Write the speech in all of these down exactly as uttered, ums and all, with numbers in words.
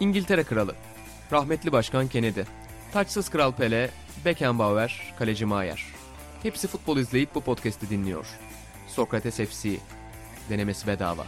İngiltere Kralı, rahmetli Başkan Kennedy, taçsız Kral Pele, Beckenbauer, Kaleci Maier. Hepsi futbol izleyip bu podcast'i dinliyor. Sokrates F C, denemesi bedava.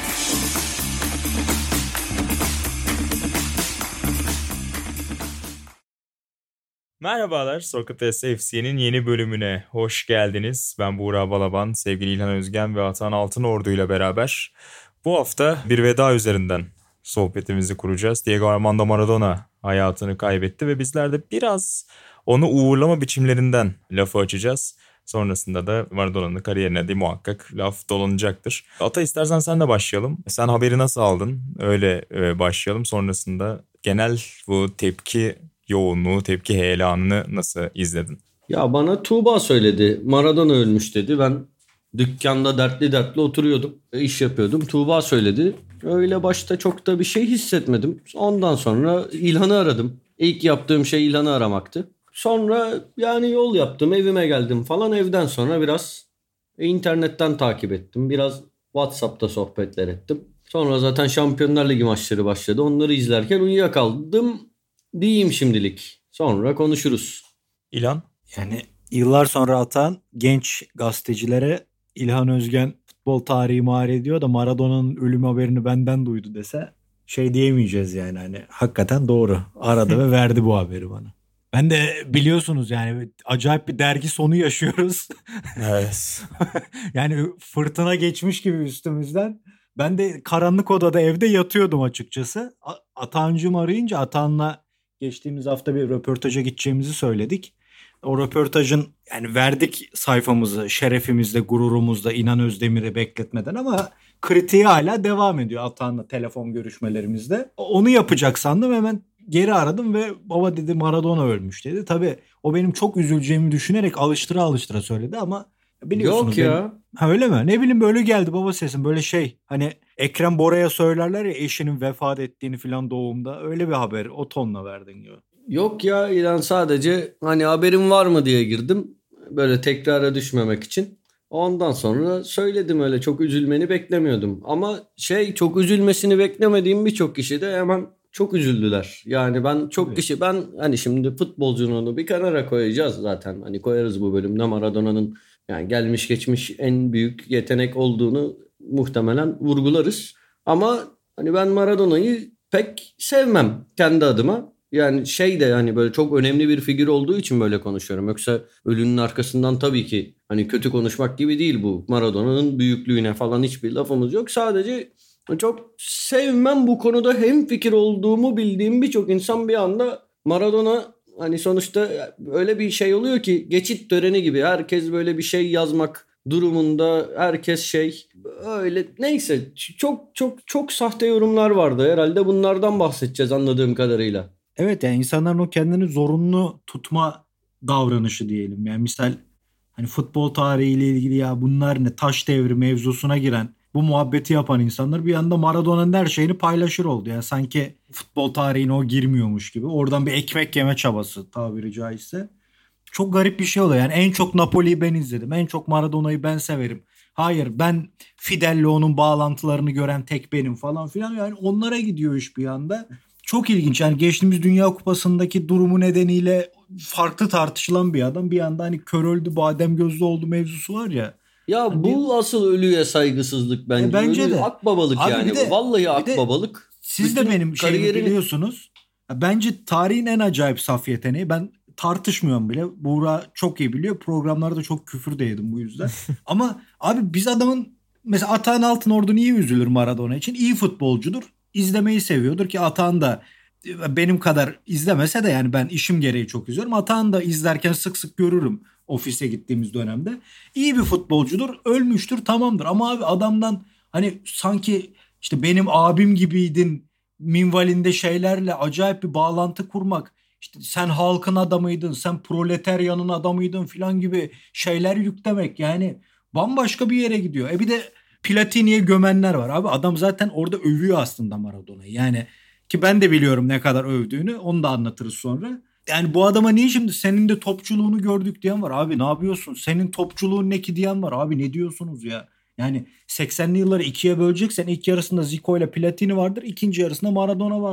Merhabalar, Sokrates F C'nin yeni bölümüne hoş geldiniz. Ben Buğra Balaban, sevgili İlhan Özgen ve Atan Altınordu ile beraber bu hafta bir veda üzerinden sohbetimizi kuracağız. Diego Armando Maradona hayatını kaybetti ve bizler de biraz onu uğurlama biçimlerinden lafı açacağız. Sonrasında da Maradona'nın kariyerine de muhakkak laf dolanacaktır. Ata, istersen sen de başlayalım. Sen haberi nasıl aldın? Öyle başlayalım. Sonrasında genel bu tepki yoğunluğu, tepki heyelanını nasıl izledin? Ya bana Tuğba söyledi. Maradona ölmüş dedi. Ben dükkanda dertli dertli oturuyordum. İş yapıyordum. Tuğba söyledi. Öyle başta çok da bir şey hissetmedim. Ondan sonra İlhan'ı aradım. İlk yaptığım şey İlhan'ı aramaktı. Sonra yani yol yaptım, evime geldim falan. Evden sonra biraz internetten takip ettim. Biraz WhatsApp'ta sohbetler ettim. Sonra zaten Şampiyonlar Ligi maçları başladı. Onları izlerken uyuyakaldım diyeyim şimdilik. Sonra konuşuruz. İlhan? Yani yıllar sonra atan genç gazetecilere İlhan Özgen futbol tarihi mahir ediyor da Maradona'nın ölüm haberini benden duydu dese şey diyemeyeceğiz yani. Hani hakikaten doğru. Aradı ve verdi bu haberi bana. Ben de biliyorsunuz yani acayip bir dergi sonu yaşıyoruz. Evet. Yani fırtına geçmiş gibi üstümüzden. Ben de karanlık odada evde yatıyordum açıkçası. Atancığım arayınca Atan'la geçtiğimiz hafta bir röportaja gideceğimizi söyledik. O röportajın yani verdik sayfamızı şerefimizle, gururumuzla İnan Özdemir'i bekletmeden ama kritiği hala devam ediyor Atan'la telefon görüşmelerimizde. Onu yapacak sandım, hemen geri aradım ve baba dedi Maradona ölmüş dedi. Tabii o benim çok üzüleceğimi düşünerek alıştıra alıştıra söyledi ama biliyorsunuz. Yok ya. Benim... Ha öyle mi? Ne bileyim böyle geldi baba sesim, böyle şey hani Ekrem Bora'ya söylerler ya eşinin vefat ettiğini falan doğumda, öyle bir haber o tonla verdin gibi. Yok ya İlhan, sadece hani haberin var mı diye girdim. Böyle tekrara düşmemek için. Ondan sonra söyledim, öyle çok üzülmeni beklemiyordum. Ama şey, çok üzülmesini beklemediğim birçok kişi de hemen çok üzüldüler. Yani ben çok evet. kişi ben hani şimdi futbolculuğunu bir kenara koyacağız zaten. Hani koyarız bu bölümde Maradona'nın yani gelmiş geçmiş en büyük yetenek olduğunu muhtemelen vurgularız. Ama hani ben Maradona'yı pek sevmem kendi adıma. Yani şey de hani böyle çok önemli bir figür olduğu için böyle konuşuyorum. Yoksa ölünün arkasından tabii ki hani kötü konuşmak gibi değil bu. Maradona'nın büyüklüğüne falan hiçbir lafımız yok. Sadece çok sevmem bu konuda, hemfikir olduğumu bildiğim birçok insan bir anda Maradona hani sonuçta öyle bir şey oluyor ki geçit töreni gibi. Herkes böyle bir şey yazmak durumunda, herkes şey öyle, neyse çok çok çok sahte yorumlar vardı. Herhalde bunlardan bahsedeceğiz anladığım kadarıyla. Evet yani insanların o kendini zorunlu tutma davranışı diyelim. Yani misal hani futbol tarihiyle ilgili ya bunlar ne taş devri mevzusuna giren bu muhabbeti yapan insanlar bir anda Maradona'nın her şeyini paylaşır oldu. Yani sanki futbol tarihine o girmiyormuş gibi. Oradan bir ekmek yeme çabası tabiri caizse. Çok garip bir şey oluyor. Yani en çok Napoli'yi ben izledim. En çok Maradona'yı ben severim. Hayır, ben Fidel'le onun bağlantılarını gören tek benim falan filan. Yani onlara gidiyor iş bir anda. Çok ilginç. Yani geçtiğimiz Dünya Kupası'ndaki durumu nedeniyle farklı tartışılan bir adam. Bir anda hani kör öldü, badem gözlü oldu mevzusu var ya. Ya hani bu bir... asıl ölüye saygısızlık bence. E bence Ölü, de. Akbabalık abi yani. De, Vallahi akbabalık. Siz de benim kariyerini... şeyimi biliyorsunuz. Bence tarihin en acayip saf yeteneği. Ben tartışmıyorum bile. Buğra çok iyi biliyor. Programlarda çok küfür de yedim bu yüzden. Ama abi biz adamın mesela Atahan Altınordu niye üzülür Maradona için? İyi futbolcudur. İzlemeyi seviyordur ki Atahan da benim kadar izlemese de yani ben işim gereği çok izliyorum. Atahan da izlerken sık sık görürüm ofise gittiğimiz dönemde. İyi bir futbolcudur, ölmüştür, tamamdır. Ama abi adamdan hani sanki işte benim abim gibiydin minvalinde şeylerle acayip bir bağlantı kurmak. İşte sen halkın adamıydın, sen proletaryanın adamıydın filan gibi şeyler yüklemek yani bambaşka bir yere gidiyor. E bir de Platini'ye gömenler var. Abi adam zaten orada övüyor aslında Maradona'yı. Yani ki ben de biliyorum ne kadar övdüğünü. Onu da anlatırız sonra. Yani bu adama niye şimdi senin de topçuluğunu gördük diyen var. Abi ne yapıyorsun? Senin topçuluğun ne ki diyen var. Abi ne diyorsunuz ya? Yani seksenli yılları ikiye böleceksen ilk yarısında Zico ile Platini vardır. İkinci yarısında Maradona vardır.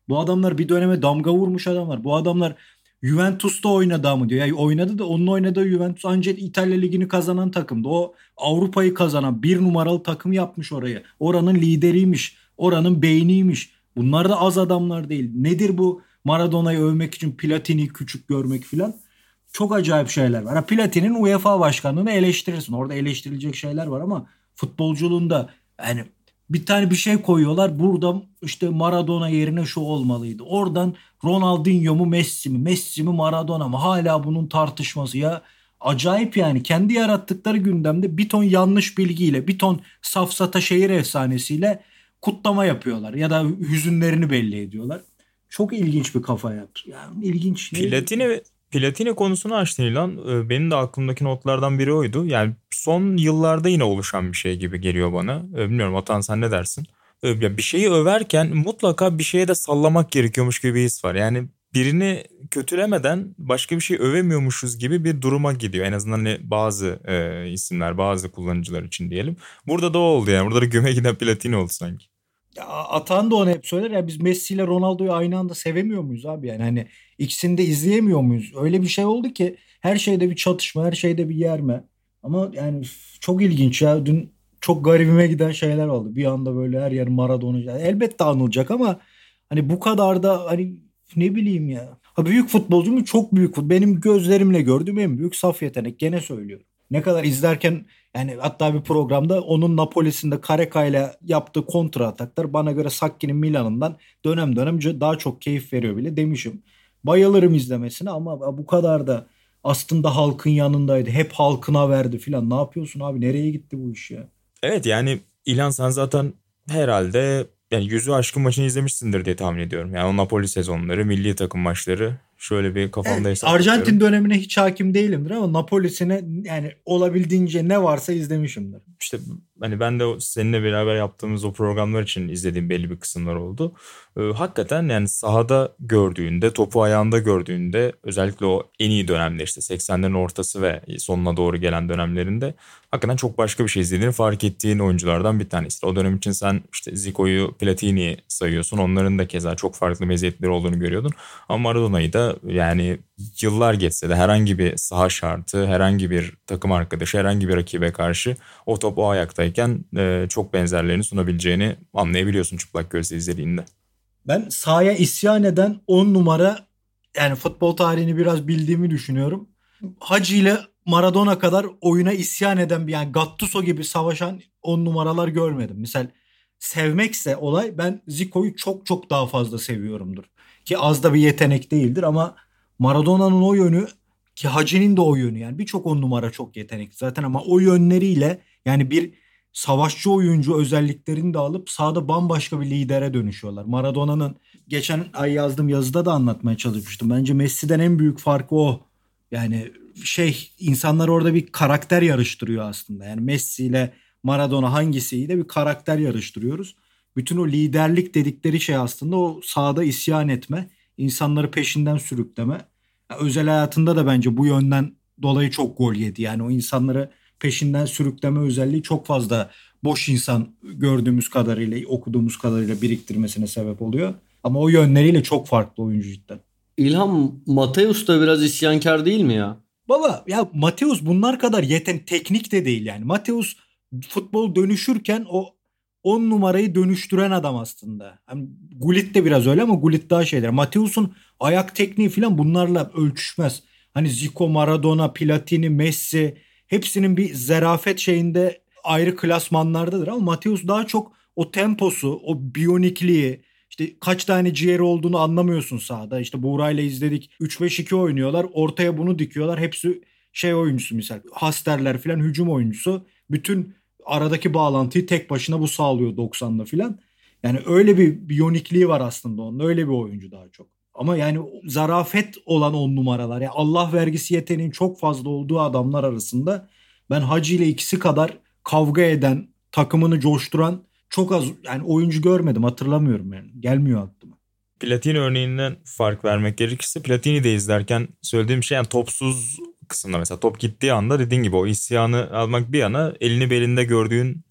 Bu adamlar bir döneme damga vurmuş adamlar. Bu adamlar Juventus'ta oynadı mı diyor. Yani oynadı da onun oynadığı Juventus ancak İtalya Ligi'ni kazanan takımdı. O Avrupa'yı kazanan bir numaralı takım yapmış orayı. Oranın lideriymiş. Oranın beyniymiş. Bunlar da az adamlar değil. Nedir bu Maradona'yı övmek için Platini'yi küçük görmek filan? Çok acayip şeyler var. Ha, Platini'nin UEFA başkanlığını eleştirirsin. Orada eleştirilecek şeyler var ama futbolculuğunda yani bir tane bir şey koyuyorlar. Burada işte Maradona yerine şu olmalıydı. Oradan Ronaldinho mu Messi mi? Messi mi Maradona mı? Hala bunun tartışması ya. Acayip yani. Kendi yarattıkları gündemde bir ton yanlış bilgiyle, bir ton safsata şehir efsanesiyle kutlama yapıyorlar. Ya da hüzünlerini belli ediyorlar. Çok ilginç bir kafa yaptı. Yani ilginç. Platini Platini konusunu açtın İlhan. Benim de aklımdaki notlardan biri oydu. Yani son yıllarda yine oluşan bir şey gibi geliyor bana. Bilmiyorum Atan, sen ne dersin? Bir şeyi överken mutlaka bir şeye de sallamak gerekiyormuş gibi bir his var. Yani birini kötülemeden başka bir şey övemiyormuşuz gibi bir duruma gidiyor. En azından hani bazı e, isimler, bazı kullanıcılar için diyelim. Burada da o oldu yani. Burada da göme giden Platini oldu sanki. Ya Atan da onu hep söyler ya, biz Messi ile Ronaldo'yu aynı anda sevemiyor muyuz abi, yani hani ikisini de izleyemiyor muyuz? Öyle bir şey oldu ki her şeyde bir çatışma, her şeyde bir yerme. Ama yani çok ilginç ya, dün çok garibime giden şeyler oldu. Bir anda böyle her yer Maradona. Yani elbette anılacak ama hani bu kadar da hani ne bileyim ya. Ha, büyük futbolcu mu? Çok büyük. Benim gözlerimle gördüğüm en büyük saf yetenek. Gene söylüyorum. Ne kadar izlerken yani hatta bir programda onun Napoli'sinde Careca ile yaptığı kontra ataklar bana göre Sacchi'nin Milan'ından dönem dönem daha çok keyif veriyor bile demişim. Bayılırım izlemesine ama bu kadar da aslında halkın yanındaydı. Hep halkına verdi filan. Ne yapıyorsun abi? Nereye gitti bu iş ya? Evet yani İlhan, sen zaten herhalde yani yüzü aşkın maçını izlemişsindir diye tahmin ediyorum. Yani o Napoli sezonları, milli takım maçları şöyle bir kafamda Evet, hesap Arjantin yapıyorum. dönemine hiç hakim değilimdir ama Napoli'sine yani olabildiğince ne varsa izlemişimdir. İşte hani ben de seninle beraber yaptığımız o programlar için izlediğim belli bir kısımlar oldu. Ee, hakikaten yani sahada gördüğünde, topu ayağında gördüğünde, özellikle o en iyi dönemde işte seksenlerin ortası ve sonuna doğru gelen dönemlerinde hakikaten çok başka bir şey izlediğini fark ettiğin oyunculardan bir tanesi. O dönem için sen işte Zico'yu, Platini'yi sayıyorsun. Onların da keza çok farklı meziyetleri olduğunu görüyordun. Ama Maradona'yı da yani yıllar geçse de herhangi bir saha şartı, herhangi bir takım arkadaşı, herhangi bir rakibe karşı o top o ayaktayken e, çok benzerlerini sunabileceğini anlayabiliyorsun çıplak gözle izlediğinde. Ben sahaya isyan eden on numara, yani futbol tarihini biraz bildiğimi düşünüyorum. Hacı ile Maradona kadar oyuna isyan eden bir, yani Gattuso gibi savaşan on numaralar görmedim. Misal sevmekse olay, ben Zico'yu çok çok daha fazla seviyorumdur. Ki az da bir yetenek değildir ama Maradona'nın o yönü, ki Hacı'nin de o yönü, yani birçok on numara çok yetenekli zaten ama o yönleriyle yani bir savaşçı oyuncu özelliklerini de alıp sahada bambaşka bir lidere dönüşüyorlar. Maradona'nın geçen ay yazdığım yazıda da anlatmaya çalışmıştım. Bence Messi'den en büyük farkı o. Yani şey, insanlar orada bir karakter yarıştırıyor aslında. Yani Messi ile Maradona hangisiyle bir karakter yarıştırıyoruz. Bütün o liderlik dedikleri şey aslında o sahada isyan etme, insanları peşinden sürükleme. Yani özel hayatında da bence bu yönden dolayı çok gol yedi. Yani o insanları peşinden sürükleme özelliği çok fazla boş insan gördüğümüz kadarıyla, okuduğumuz kadarıyla biriktirmesine sebep oluyor. Ama o yönleriyle çok farklı oyuncu cidden. İlhan, Mateus da biraz isyankar değil mi ya? Baba ya, Mateus bunlar kadar yeten teknik de değil yani. Mateus futbol dönüşürken o on numarayı dönüştüren adam aslında. Yani Gullit de biraz öyle ama Gullit daha şeyler. Mateus'un ayak tekniği falan bunlarla ölçüşmez. Hani Zico, Maradona, Platini, Messi hepsinin bir zarafet şeyinde ayrı klasmanlardadır ama Mateus daha çok o temposu, o biyonikliği, işte kaç tane ciğeri olduğunu anlamıyorsun sahada. İşte Buğra'yla izledik. üç beş iki oynuyorlar. Ortaya bunu dikiyorlar. Hepsi şey oyuncusu misal. Hasterler falan hücum oyuncusu. Bütün aradaki bağlantıyı tek başına bu sağlıyor doksanda falan. Yani öyle bir biyonikliği var aslında onun. Öyle bir oyuncu daha çok. Ama yani zarafet olan on numaralar. Yani Allah vergisi yeteneğin çok fazla olduğu adamlar arasında ben Hacı ile ikisi kadar kavga eden, takımını coşturan çok az yani oyuncu görmedim, hatırlamıyorum yani. Gelmiyor aklıma. Platini örneğinden fark vermek gerekirse Platini de izlerken söylediğim şey yani topsuz kısımda, mesela top gittiği anda dediğin gibi o isyanı almak bir yana, elini belinde gördüğün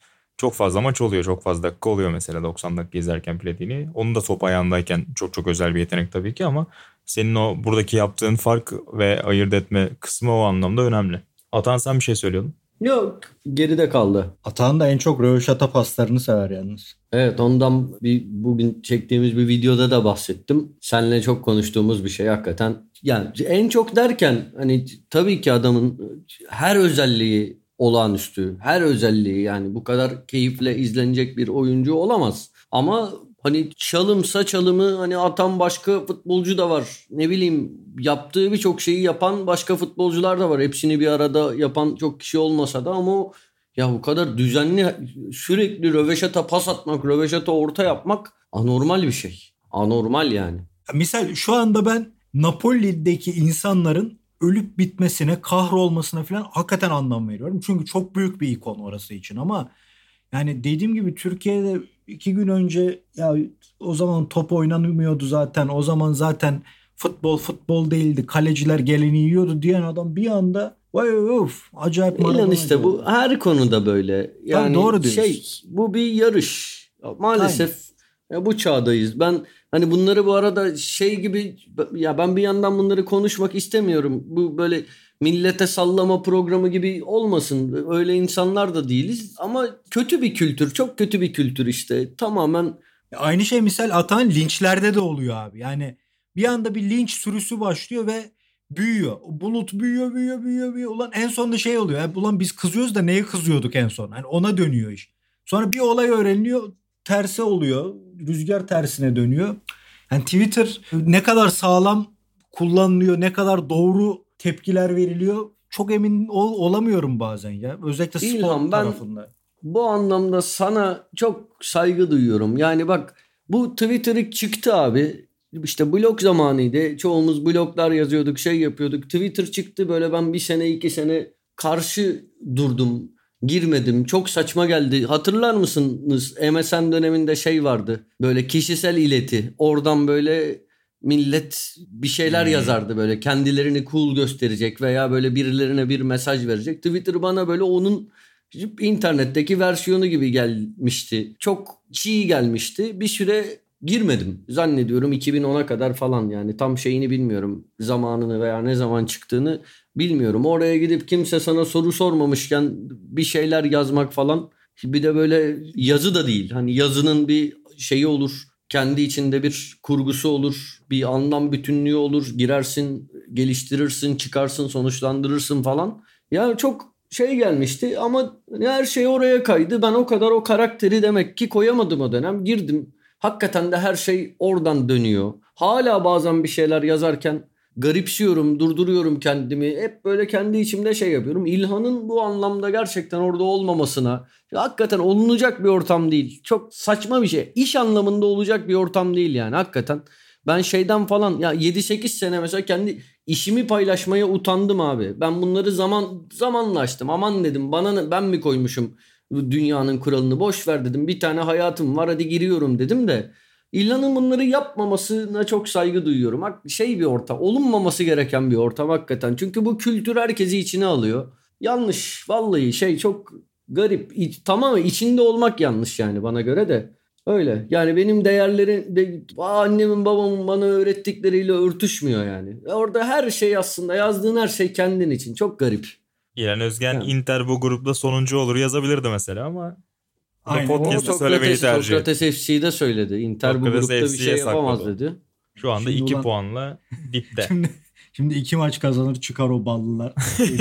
çok fazla maç oluyor. Çok fazla dakika oluyor mesela doksan dakika izlerken Platini. Onun da top ayağındayken çok çok özel bir yetenek tabii ki ama senin o buradaki yaptığın fark ve ayırt etme kısmı o anlamda önemli. Atan sen bir şey söylüyordun. Yok, geride kaldı. Atahan da en çok röveşata paslarını sever yalnız. Evet, ondan bir bugün çektiğimiz bir videoda da bahsettim. Seninle çok konuştuğumuz bir şey hakikaten. Yani en çok derken hani tabii ki adamın her özelliği olağanüstü. Her özelliği, yani bu kadar keyifle izlenecek bir oyuncu olamaz. Ama hani çalımsa çalımı hani atan başka futbolcu da var. Ne bileyim, yaptığı birçok şeyi yapan başka futbolcular da var. Hepsini bir arada yapan çok kişi olmasa da ama o ya bu kadar düzenli sürekli röveşata pas atmak, röveşata orta yapmak anormal bir şey. Anormal yani. Misal şu anda ben Napoli'deki insanların ölüp bitmesine, kahrolmasına falan hakikaten anlam veriyorum. Çünkü çok büyük bir ikon orası için ama yani dediğim gibi Türkiye'de iki gün önce ya o zaman top oynanmıyordu zaten. O zaman zaten futbol futbol değildi. Kaleciler geleni yiyordu diyen adam bir anda vay of acayip İlan işte geldi. Bu her konuda böyle. Yani tabii doğru diyorsun. Şey bu bir yarış. Maalesef ya bu çağdayız. Ben hani bunları bu arada şey gibi ya ben bir yandan bunları konuşmak istemiyorum. Bu böyle millete sallama programı gibi olmasın. Öyle insanlar da değiliz ama kötü bir kültür. Çok kötü bir kültür işte. Tamamen aynı şey misal atan linçlerde de oluyor abi. Yani bir anda bir linç sürüsü başlıyor ve büyüyor. Bulut büyüyor, büyüyor, büyüyor, büyüyor. Ulan en sonunda şey oluyor. Yani ulan biz kızıyoruz da neye kızıyorduk en son? Yani ona dönüyor iş. Sonra bir olay öğreniliyor. Tersi oluyor. Rüzgar tersine dönüyor. Yani Twitter ne kadar sağlam kullanılıyor, ne kadar doğru tepkiler veriliyor çok emin ol, olamıyorum bazen ya. Özellikle spor İlhan, tarafında. Ben bu anlamda sana çok saygı duyuyorum. Yani bak bu Twitter çıktı abi. İşte blog zamanıydı. Çoğumuz bloglar yazıyorduk, şey yapıyorduk. Twitter çıktı, böyle ben bir sene iki sene karşı durdum. Girmedim. Çok saçma geldi. Hatırlar mısınız? M S N döneminde şey vardı. Böyle kişisel ileti. Oradan böyle millet bir şeyler hmm. yazardı böyle. Kendilerini cool gösterecek veya böyle birilerine bir mesaj verecek. Twitter bana böyle onun internetteki versiyonu gibi gelmişti. Çok çiğ gelmişti. Bir süre girmedim. Zannediyorum iki bin ona kadar falan, yani tam şeyini bilmiyorum. Zamanını veya ne zaman çıktığını bilmiyorum. Oraya gidip kimse sana soru sormamışken bir şeyler yazmak falan. Bir de böyle yazı da değil. Hani yazının bir şeyi olur. Kendi içinde bir kurgusu olur. Bir anlam bütünlüğü olur. Girersin, geliştirirsin, çıkarsın, sonuçlandırırsın falan. Yani çok şey gelmişti ama her şey oraya kaydı. Ben o kadar o karakteri demek ki koyamadım o dönem. Girdim. Hakikaten de her şey oradan dönüyor. Hala bazen bir şeyler yazarken garipsiyorum, durduruyorum kendimi. Hep böyle kendi içimde şey yapıyorum. İlhan'ın bu anlamda gerçekten orada olmamasına, hakikaten olunacak bir ortam değil. Çok saçma bir şey. İş anlamında olacak bir ortam değil yani hakikaten. Ben şeyden falan ya yedi sekiz sene mesela kendi işimi paylaşmaya utandım abi. Ben bunları zaman zamanla açtım. Aman dedim, bana ben mi koymuşum dünyanın kuralını, boş ver dedim. Bir tane hayatım var, hadi giriyorum dedim de. İlhan'ın bunları yapmamasına çok saygı duyuyorum. Şey bir ortam, olunmaması gereken bir ortam hakikaten. Çünkü bu kültür herkesi içine alıyor. Yanlış vallahi, şey çok garip. Tamamen içinde olmak yanlış yani bana göre de. Öyle yani benim değerlerim de, annemin babamın bana öğrettikleriyle örtüşmüyor yani. Orada her şey aslında yazdığın her şey kendin için, çok garip. İlhan Özgen yani. Inter bu grupta sonuncu olur yazabilirdi mesela ama aynen. Podcast'ta söylemeyi tercih etti. Sokrates F C'de söyledi. Inter Sokrates bu grupta F C'ye bir şey yapamaz sakladı. Dedi. Şu anda şimdi iki ulan... puanla dipte. şimdi, şimdi iki maç kazanır çıkar o ballılar.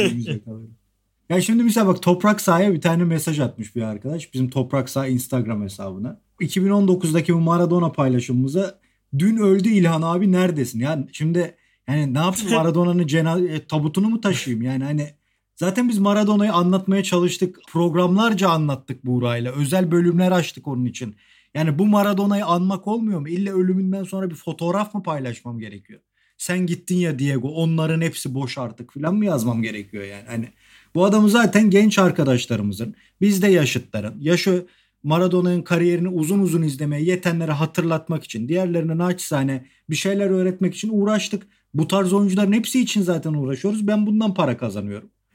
Ya şimdi mesela bak, Toprak Saha'ya bir tane mesaj atmış bir arkadaş. Bizim Toprak Saha Instagram hesabına. iki bin on dokuzdaki bu Maradona paylaşımımıza dün öldü İlhan abi neredesin? Yani şimdi yani ne yapayım, Maradona'nın cenaze tabutunu mu taşıyayım? Yani hani zaten biz Maradona'yı anlatmaya çalıştık. Programlarca anlattık Buğra'yla. Özel bölümler açtık onun için. Yani bu Maradona'yı anmak olmuyor mu? İlla ölümünden sonra bir fotoğraf mı paylaşmam gerekiyor? Sen gittin ya Diego, onların hepsi boş artık falan mı yazmam gerekiyor yani? Hani bu adamı zaten genç arkadaşlarımızın, biz de yaşıtların, yaşı Maradona'nın kariyerini uzun uzun izlemeye yetenlere hatırlatmak için, diğerlerine naçizane bir şeyler öğretmek için uğraştık. Bu tarz oyuncuların hepsi için zaten uğraşıyoruz. Ben bundan para kazanıyorum.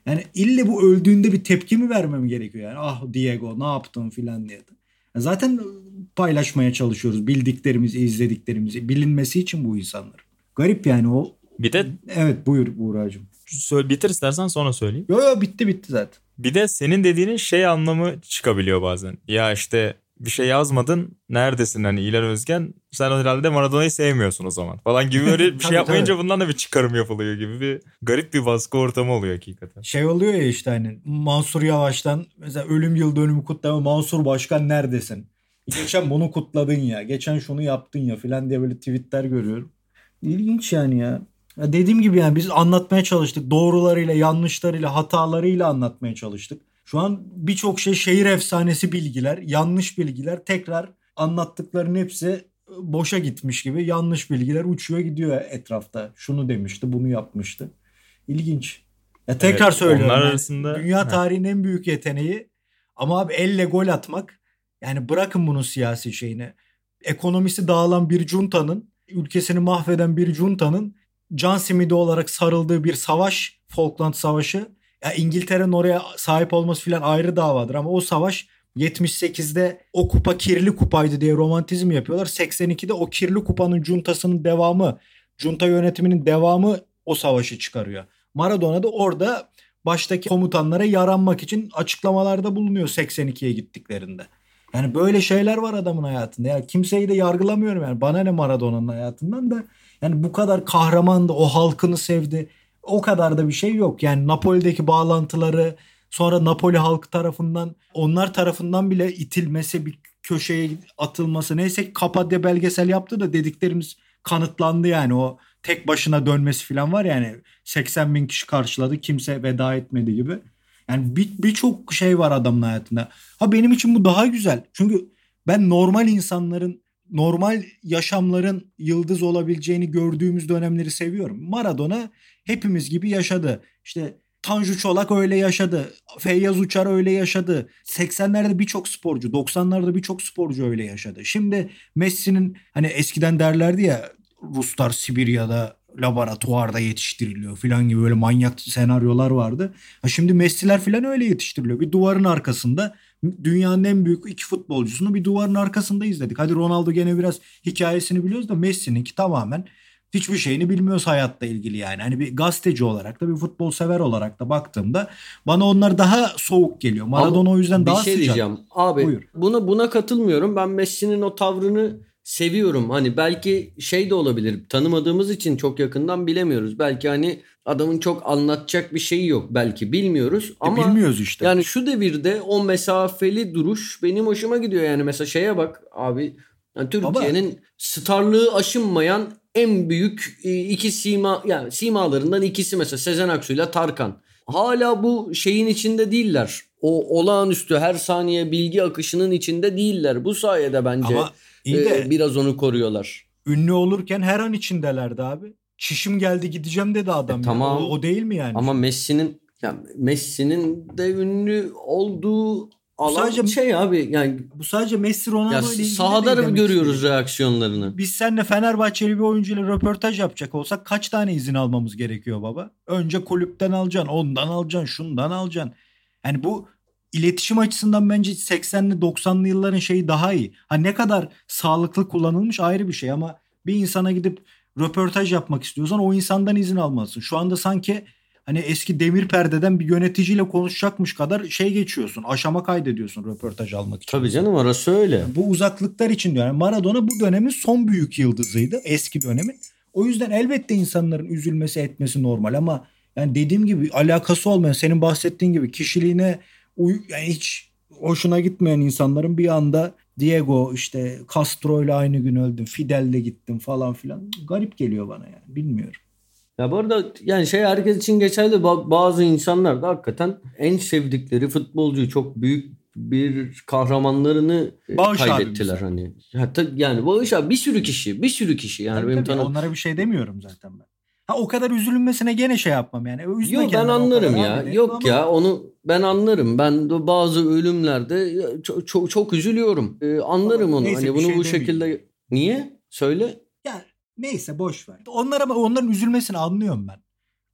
Yani ille bu öldüğünde bir tepki mi vermem gerekiyor yani? Ah Diego ne yaptın filan diye. Zaten paylaşmaya çalışıyoruz bildiklerimizi, izlediklerimizi. Bilinmesi için bu insanlar. Garip yani o. Bir de evet buyur Buğra'cığım. Söyle, bitir istersen sonra söyleyeyim. Yo yo bitti bitti zaten. Bir de senin dediğinin şey anlamı çıkabiliyor bazen. Ya işte bir şey yazmadın, neredesin hani İlhan Özgen, sen herhalde Maradona'yı sevmiyorsun o zaman falan gibi böyle bir şey tabii, yapmayınca tabii. bundan da bir çıkarım yapılıyor gibi bir garip bir baskı ortamı oluyor hakikaten. Şey oluyor ya işte hani Mansur Yavaş'tan mesela ölüm yıl dönümü kutlama, Mansur Başkan neredesin? Geçen bunu kutladın ya, geçen şunu yaptın ya filan diye böyle tweetler görüyorum. İlginç yani ya. Ya dediğim gibi yani biz anlatmaya çalıştık. Doğrularıyla, yanlışlarıyla, hatalarıyla anlatmaya çalıştık. Şu an birçok şey şehir efsanesi bilgiler, yanlış bilgiler, tekrar anlattıkların hepsi boşa gitmiş gibi yanlış bilgiler uçuyor gidiyor etrafta. Şunu demişti, bunu yapmıştı. İlginç. Ya tekrar Evet, söylüyorum. onlar Yani arasında dünya Heh. tarihinin en büyük yeteneği ama abi elle gol atmak, yani bırakın bunun siyasi şeyini. Ekonomisi dağılan bir juntanın, ülkesini mahveden bir juntanın can simidi olarak sarıldığı bir savaş, Falkland Savaşı. Ya İngiltere'nin oraya sahip olması filan ayrı davadır ama o savaş yetmiş sekizde o kupa kirli kupaydı diye romantizm yapıyorlar. seksen ikide o kirli kupanın juntasının devamı, junta yönetiminin devamı o savaşı çıkarıyor. Maradona da orada baştaki komutanlara yaranmak için açıklamalarda bulunuyor seksen ikiye gittiklerinde. Yani böyle şeyler var adamın hayatında. Ya kimseyi de yargılamıyorum yani. Bana ne Maradona'nın hayatından da. Yani bu kadar kahramandı, o halkını sevdi. O kadar da bir şey yok. Yani Napoli'deki bağlantıları, sonra Napoli halkı tarafından, onlar tarafından bile itilmesi, bir köşeye atılması. Neyse Kapadya belgesel yaptı da dediklerimiz kanıtlandı yani. O tek başına dönmesi falan var yani. seksen bin kişi karşıladı, kimse veda etmedi gibi. Yani bir birçok şey var adamın hayatında. Ha benim için bu daha güzel. Çünkü ben normal insanların, normal yaşamların yıldız olabileceğini gördüğümüz dönemleri seviyorum. Maradona hepimiz gibi yaşadı. İşte Tanju Çolak öyle yaşadı. Feyyaz Uçar öyle yaşadı. seksenlerde birçok sporcu, doksanlarda birçok sporcu öyle yaşadı. Şimdi Messi'nin, hani eskiden derlerdi ya, Ruslar Sibirya'da laboratuvarda yetiştiriliyor falan gibi böyle manyak senaryolar vardı. Ha şimdi Messi'ler falan öyle yetiştiriliyor. Bir duvarın arkasında, dünyanın en büyük iki futbolcusunu bir duvarın arkasında izledik. Hadi Ronaldo gene biraz hikayesini biliyoruz da Messi'ninki tamamen hiçbir şeyini bilmiyoruz hayatla ilgili yani. Hani bir gazeteci olarak da bir futbol sever olarak da baktığımda bana onlar daha soğuk geliyor. Maradona Ama o yüzden daha bir şey sıcak. diyeceğim. Abi Buyur. buna buna katılmıyorum. Ben Messi'nin o tavrını seviyorum. Hani belki şey de olabilir. Tanımadığımız için çok yakından bilemiyoruz. Belki hani adamın çok anlatacak bir şeyi yok. Belki bilmiyoruz. E, Ama bilmiyoruz işte. yani şu devirde o mesafeli duruş benim hoşuma gidiyor. Yani mesela şeye bak abi. Yani Türkiye'nin starlığı aşınmayan en büyük iki sima, yani simalarından ikisi mesela Sezen Aksu ile Tarkan. Hala bu şeyin içinde değiller. O olağanüstü her saniye bilgi akışının içinde değiller. Bu sayede bence Ama iyi de e, biraz onu koruyorlar. ünlü olurken her an içindelerdi abi. Çişim geldi gideceğim dedi adam. E, ya. tamam. O, o değil mi yani? Ama Messi'nin yani Messi'nin de ünlü olduğu alan sadece şey abi yani bu sadece Messi Ronaldo ya ile ilgili sahada değil demek görüyoruz istedim. reaksiyonlarını. Biz seninle Fenerbahçeli bir oyuncuyla röportaj yapacak olsak kaç tane izin almamız gerekiyor baba? Önce kulüpten alacaksın, ondan alacaksın, şundan alacaksın. Yani bu iletişim açısından bence seksenli doksanlı yılların şeyi daha iyi. Ha ne kadar sağlıklı kullanılmış ayrı bir şey ama bir insana gidip röportaj yapmak istiyorsan o insandan izin almalısın. Şu anda sanki hani eski demir perdeden bir yöneticiyle konuşacakmış kadar şey geçiyorsun. Aşama kaydediyorsun röportaj almak için. Tabii canım, orası öyle. Bu uzaklıklar için diyor. Yani Maradona bu dönemin son büyük yıldızıydı. Eski dönemin. O yüzden elbette insanların üzülmesi etmesi normal ama yani dediğim gibi alakası olmayan, senin bahsettiğin gibi kişiliğine uy- yani hiç hoşuna gitmeyen insanların bir anda Diego işte Castro ile aynı gün öldüm, Fidel'le gittim falan filan. Garip geliyor bana yani. Bilmiyorum. Ya bu arada yani şey herkes için geçerli. Ba- Bazı insanlar da hakikaten en sevdikleri futbolcuyu, çok büyük bir kahramanlarını e, Bağış kaybettiler abimiz. hani. Hatta yani Bağış abi bir sürü kişi, bir sürü kişi yani Tabii benim tabii, tanı- onlara bir şey demiyorum zaten ben. Ha o kadar üzülünmesine gene şey yapmam yani. Üzme Yok ben kendini o anlarım kadar ya. abi derim Yok ama- ya onu ben anlarım. Ben de bazı ölümlerde çok çok, çok üzülüyorum. Ee, anlarım Ama onu. neyse, Hani bir bunu şey bu demeyeyim. şekilde niye? Söyle. Ya neyse boş ver. Onlara onların üzülmesini anlıyorum ben.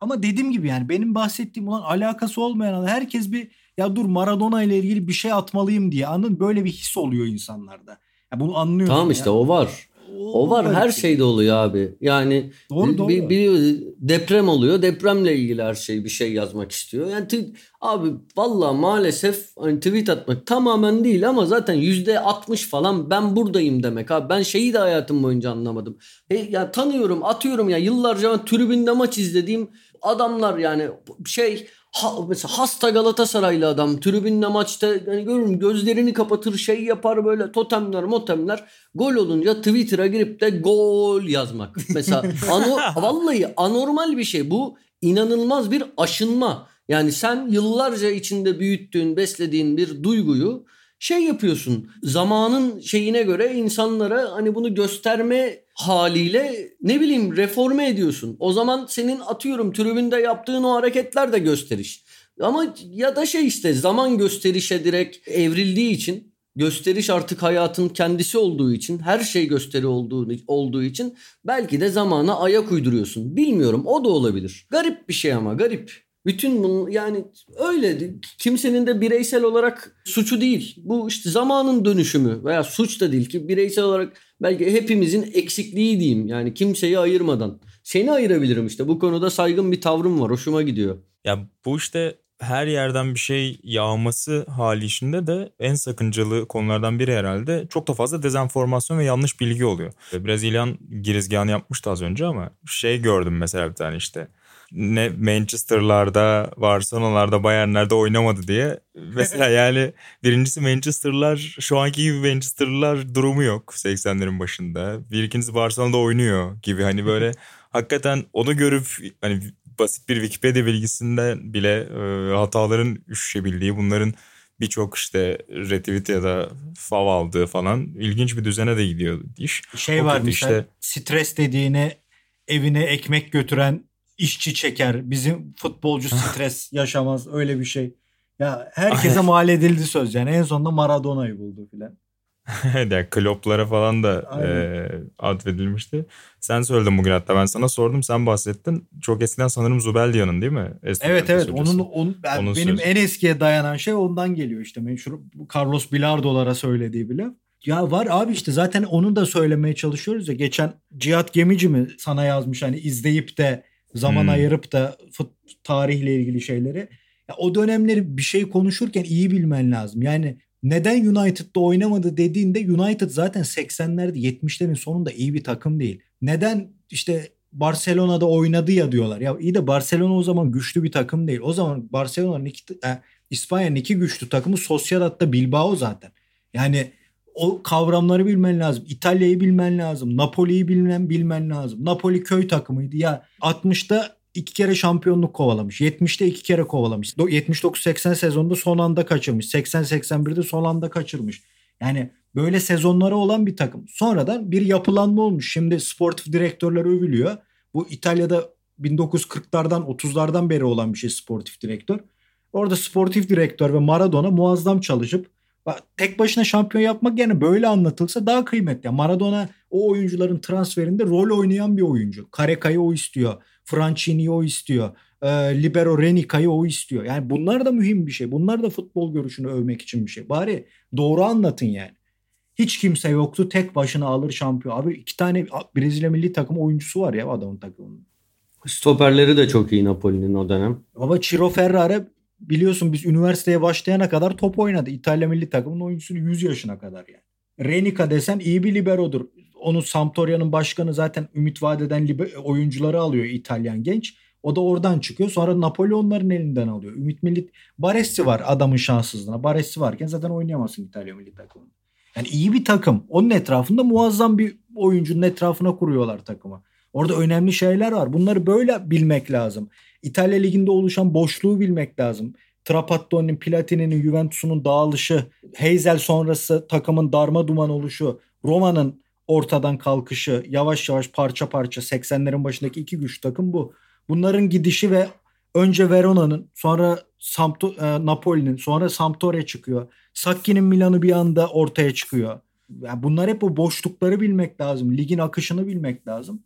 Ama dediğim gibi yani benim bahsettiğim olan alakası olmayan herkes bir ya dur Maradona ile ilgili bir şey atmalıyım diye anladın, böyle bir his oluyor insanlarda. Ya bunu anlıyorsun. Tamam ya. işte o var. O, o var her şey. şeyde oluyor abi. Yani doğru, doğru. Bir, bir deprem oluyor. Depremle ilgili her şey bir şey yazmak istiyor. Yani t- abi vallahi maalesef hani tweet atmak tamamen değil ama zaten yüzde altmış falan ben buradayım demek abi. Ben şeyi de hayatım boyunca anlamadım. He, ya tanıyorum, atıyorum ya yıllarca ben tribünde maç izlediğim adamlar yani şey Ha, mesela hasta Galatasaraylı adam tribünde maçta yani görürüm gözlerini kapatır şey yapar böyle totemler motemler gol olunca Twitter'a girip de gol yazmak. Mesela ano, vallahi anormal bir şey bu, inanılmaz bir aşınma. Yani sen yıllarca içinde büyüttüğün beslediğin bir duyguyu şey yapıyorsun zamanın şeyine göre insanlara hani bunu gösterme haliyle ne bileyim reforme ediyorsun. O zaman senin atıyorum tribünde yaptığın o hareketler de gösteriş. Ama ya da şey işte zaman gösterişe direkt evrildiği için, gösteriş artık hayatın kendisi olduğu için, her şey gösteri olduğu, olduğu için belki de zamana ayak uyduruyorsun. Bilmiyorum, o da olabilir. Garip bir şey ama garip. Bütün bunun yani öyle kimsenin de bireysel olarak suçu değil. Bu işte zamanın dönüşümü veya suç da değil ki bireysel olarak belki hepimizin eksikliği diyeyim. Yani kimseyi ayırmadan. Seni ayırabilirim işte. Bu konuda saygın bir tavrım var. Hoşuma gidiyor. Ya bu işte her yerden bir şey yağması hali içinde de en sakıncalı konulardan biri herhalde. Çok da fazla dezenformasyon ve yanlış bilgi oluyor. Biraz İlhan girizgahını yapmıştı az önce ama şey gördüm mesela bir tane işte. Ne Manchester'larda, Barcelona'larda, Bayern'lerde oynamadı diye. Mesela yani birincisi Manchester'lar şu anki gibi Manchester'lar durumu yok seksenlerin başında. Bir ikincisi Barcelona'da oynuyor gibi hani böyle hakikaten onu görüp hani basit bir Wikipedia bilgisinden bile e, hataların üşüşebildiği, bunların birçok işte retweet ya da fav aldığı falan ilginç bir düzene de gidiyor iş. Şey o var mesela işte... stres dediğine evine ekmek götüren işçi çeker. Bizim futbolcu stres yaşamaz, öyle bir şey. Ya herkese mal edildi söz yani. En sonunda Maradona'yı buldu filan. yani kloplara falan da e, atfedilmişti. Sen söyledin bugün hatta ben sana sordum, sen bahsettin. Çok eskiden sanırım Zubeldia'nın değil mi? Evet evet onun, onun, ben, onun benim sözü. En eskiye dayanan şey ondan geliyor işte. Meşhur Carlos Bilardo'lara söylediği bile. Ya var abi işte zaten onu da söylemeye çalışıyoruz ya. Geçen Cihat Gemici mi sana yazmış hani izleyip de zaman hmm. ayırıp da fut, tarihle ilgili şeyleri. Ya o dönemleri bir şey konuşurken iyi bilmen lazım. Yani neden United'da oynamadı dediğinde United zaten seksenlerde yetmişlerin sonunda iyi bir takım değil. Neden işte Barcelona'da oynadı ya diyorlar. Ya iyi de Barcelona o zaman güçlü bir takım değil. O zaman Barcelona'nın iki, e, İspanya'nın iki güçlü takımı Sociedad'da Bilbao zaten. Yani o kavramları bilmen lazım. İtalya'yı bilmen lazım. Napoli'yi bilmen, bilmen lazım. Napoli köy takımıydı. Ya altmışta iki kere şampiyonluk kovalamış. yetmişte iki kere kovalamış. yetmiş dokuz seksen sezonunda son anda kaçırmış. seksen seksen birde son anda kaçırmış. Yani böyle sezonları olan bir takım. Sonradan bir yapılanma olmuş. Şimdi sportif direktörler övülüyor. Bu İtalya'da bin dokuz yüz kırklardan otuzlardan beri olan bir şey sportif direktör. Orada sportif direktör ve Maradona muazzam çalışıp tek başına şampiyon yapmak yerine böyle anlatılsa daha kıymetli. Maradona o oyuncuların transferinde rol oynayan bir oyuncu. Careca'yı o istiyor. Franchini'yi o istiyor. E, Libero Renica'yı o istiyor. Yani bunlar da mühim bir şey. Bunlar da futbol görüşünü övmek için bir şey. Bari doğru anlatın yani. Hiç kimse yoktu. Tek başına alır şampiyon. Abi iki tane Brezilya milli takım oyuncusu var ya adamın takımının. Stoperleri de çok iyi Napoli'nin o dönem. Baba Ciro Ferrara biliyorsun biz üniversiteye başlayana kadar top oynadı. İtalya milli takımının oyuncusu yüz yaşına kadar yani. Renica desen iyi bir liberodur. Onun Sampdoria'nın başkanı zaten ümit vadeden liber- oyuncuları alıyor İtalyan genç. O da oradan çıkıyor. Sonra Napoli onların elinden alıyor. Ümit milli Baresi var adamın şanssızlığına. Baresi varken zaten oynayamazsın İtalya milli takımını. Yani iyi bir takım. Onun etrafında muazzam bir oyuncunun etrafına kuruyorlar takımı. Orada önemli şeyler var. Bunları böyle bilmek lazım. İtalya Ligi'nde oluşan boşluğu bilmek lazım. Trapattoni'nin, Platini'nin, Juventus'un dağılışı, Heysel sonrası takımın darma duman oluşu, Roma'nın ortadan kalkışı, yavaş yavaş parça parça seksenlerin başındaki iki güçlü takım bu. Bunların gidişi ve önce Verona'nın, sonra Sampdo- e, Napoli'nin, sonra Sampdoria çıkıyor. Sacchi'nin Milan'ı bir anda ortaya çıkıyor. Yani bunlar hep o boşlukları bilmek lazım. Ligin akışını bilmek lazım.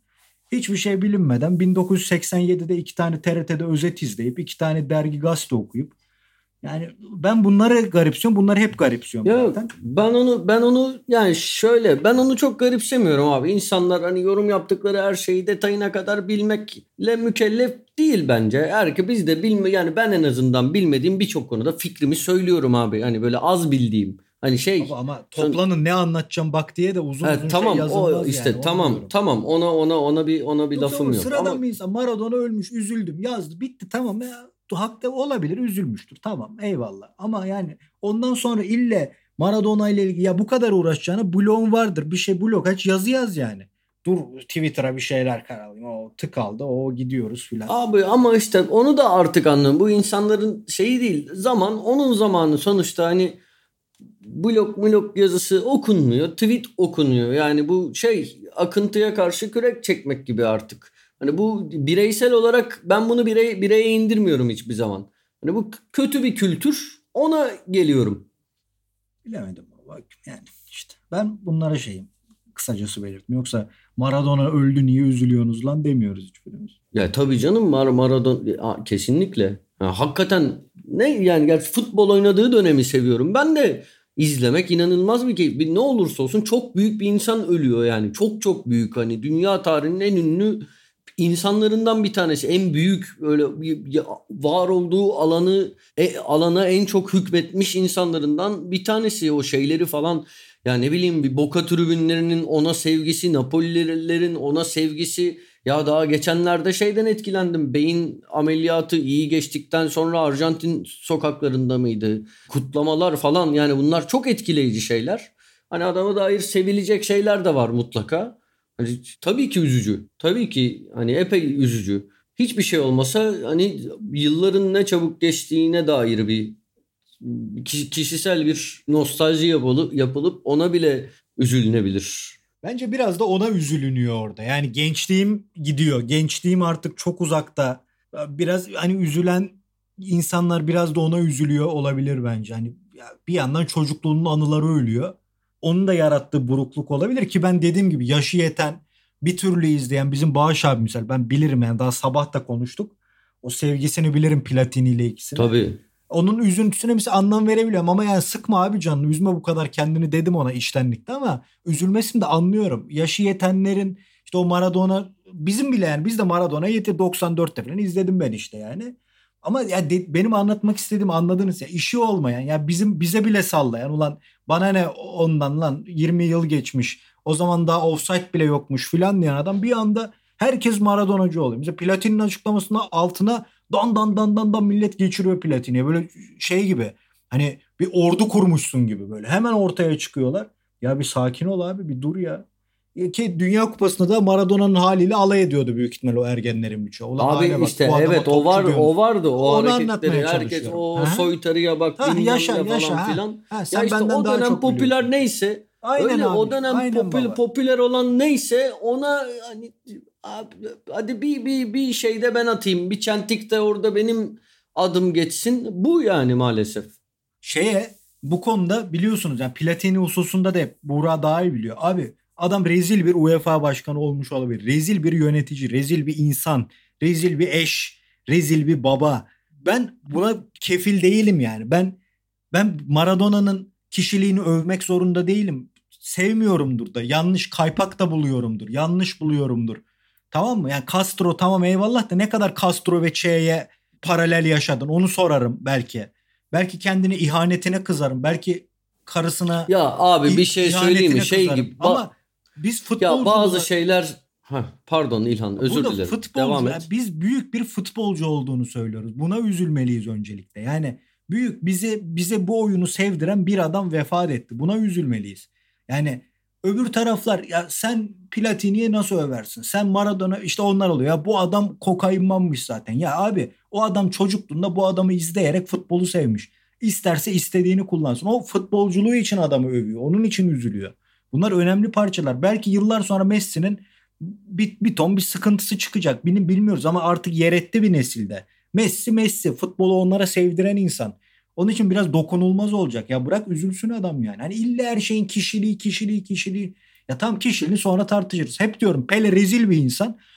hiçbir şey bilinmeden bin dokuz yüz seksen yedide iki tane T R T'de özet izleyip iki tane dergi gazete okuyup yani ben bunları garipsiyorum. Bunları hep garipsiyorum ya zaten. Ben onu ben onu yani şöyle ben onu çok garipsemiyorum abi. İnsanlar hani yorum yaptıkları her şeyi detayına kadar bilmekle mükellef değil bence. Eğer ki biz de bilme yani ben en azından bilmediğim birçok konuda fikrimi söylüyorum abi. Hani böyle az bildiğim. Hani şey Ama, ama toplanın ne anlatacağım bak diye de uzun evet, uzun tamam, şey yazılmaz o işte yani. tamam tamam ona ona ona bir ona bir Yoksa lafım yok. Sıradan Ama bir insan Maradona ölmüş üzüldüm yazdı bitti tamam ya. Hakta olabilir üzülmüştür tamam eyvallah ama yani ondan sonra ille Maradona ile ilgili ya bu kadar uğraşacağına blog vardır bir şey blog aç yazı yaz yani. Dur Twitter'a bir şeyler karalayım o tık aldı o gidiyoruz filan. Abi ama işte onu da artık anlıyorum. Bu insanların şeyi değil zaman onun zamanı sonuçta hani blog blog yazısı okunmuyor tweet okunuyor yani bu şey akıntıya karşı kürek çekmek gibi artık. Hani bu bireysel olarak ben bunu birey, bireye indirmiyorum hiçbir zaman. Hani bu kötü bir kültür ona geliyorum. Bilemedim bak yani işte ben bunlara şeyim kısacası belirttim. Yoksa Maradona öldü niye üzülüyorsunuz lan demiyoruz hiçbirimiz. Ya tabii canım Mar Maradona kesinlikle. Ha, hakikaten ne yani gerçi futbol oynadığı dönemi seviyorum. Ben de izlemek inanılmaz bir keyif. Bir, ne olursa olsun çok büyük bir insan ölüyor yani. Çok çok büyük hani dünya tarihinin en ünlü insanlarından bir tanesi. En büyük öyle bir, var olduğu alanı e, alana en çok hükmetmiş insanlarından bir tanesi. O şeyleri falan ya ne bileyim bir Boca tribünlerinin ona sevgisi, Napolililerin ona sevgisi. Ya daha geçenlerde şeyden etkilendim. Beyin ameliyatı iyi geçtikten sonra Arjantin sokaklarında mıydı? Kutlamalar falan yani bunlar çok etkileyici şeyler. Hani adama dair sevilecek şeyler de var mutlaka. Hani tabii ki üzücü. Tabii ki hani epey üzücü. Hiçbir şey olmasa hani yılların ne çabuk geçtiğine dair bir kişisel bir nostalji yapılıp, yapılıp ona bile üzülünebilir. Bence biraz da ona üzülünüyor orada. Yani gençliğim gidiyor. Gençliğim artık çok uzakta. Biraz hani üzülen insanlar biraz da ona üzülüyor olabilir bence. Hani bir yandan çocukluğunun anıları ölüyor. Onun da yarattığı burukluk olabilir ki ben dediğim gibi yaşı yeten bir türlü izleyen bizim Bağış abi misal ben bilirim yani daha sabah da konuştuk. O sevgisini bilirim Platini ile ikisini. Tabii. Onun üzüntüsüne mesela anlam verebiliyorum ama yani sıkma abi canını üzme bu kadar kendini dedim ona içtenlikte ama üzülmesini de anlıyorum. Yaşı yetenlerin işte o Maradona bizim bile yani biz de Maradona'yı doksan dörtte falan izledim ben işte yani. Ama ya de, benim anlatmak istediğim anladınız ya işi olmayan ya bizim bize bile sallayan ulan bana ne ondan lan yirmi yıl geçmiş o zaman daha offside bile yokmuş filan diyen adam bir anda herkes Maradonacı oluyor. Mesela Platini'nin açıklamasına altına dan dan dan dan dan millet geçiriyor Platini'ye böyle şey gibi hani bir ordu kurmuşsun gibi böyle hemen ortaya çıkıyorlar. Ya bir sakin ol abi bir dur ya. Ki Dünya Kupası'nda da Maradona'nın haliyle alay ediyordu büyük ihtimal o ergenlerin birçoğu. Ulan abi bak, işte evet o var o vardı o onu hareketleri herkes o ha? soytarıya bak ha, yaşa, falan yaşa, filan. Ha, ya işte o dönem popüler biliyorsun. Neyse aynen öyle abi, o dönem popüler, popüler olan neyse ona hani abi, hadi bir bir bir şeyde ben atayım bir çentikte orada benim adım geçsin bu yani maalesef. Şeye bu konuda biliyorsunuz yani Platini hususunda da hep Buğra daha iyi biliyor. Abi adam rezil bir UEFA başkanı olmuş olabilir. Rezil bir yönetici, rezil bir insan, rezil bir eş, rezil bir baba. Ben buna kefil değilim yani. Ben ben Maradona'nın kişiliğini övmek zorunda değilim. Sevmiyorumdur da, yanlış kaypak da buluyorumdur, yanlış buluyorumdur. Tamam mı? Yani Castro tamam eyvallah da ne kadar Castro ve Che'ye paralel yaşadın onu sorarım belki. Belki kendini ihanetine kızarım. Belki karısına ya abi bir şey söyleyeyim mi şey kızarım. gibi ama biz futbolcular ya bazı şeyler heh, pardon İlhan özür burada dilerim futbolcu, devam et. Yani biz büyük bir futbolcu olduğunu söylüyoruz. Buna üzülmeliyiz öncelikle. Yani büyük bize bize bu oyunu sevdiren bir adam vefat etti. Buna üzülmeliyiz. Yani öbür taraflar ya sen Platini'ye nasıl översin? Sen Maradona işte onlar oluyor. Ya bu adam kokainmanmış zaten. Ya abi o adam çocukluğunda bu adamı izleyerek futbolu sevmiş. İsterse istediğini kullansın. O futbolculuğu için adamı övüyor. Onun için üzülüyor. Bunlar önemli parçalar. Belki yıllar sonra Messi'nin bir, bir ton bir sıkıntısı çıkacak. Bilmiyoruz ama artık yer etti bir nesilde. Messi Messi. Futbolu onlara sevdiren insan. Onun için biraz dokunulmaz olacak. Ya bırak üzülsün adam yani. Hani illa her şeyin kişiliği, kişiliği, kişiliği. Ya tam kişiliğini sonra tartışırız. Hep diyorum Pele rezil bir insan.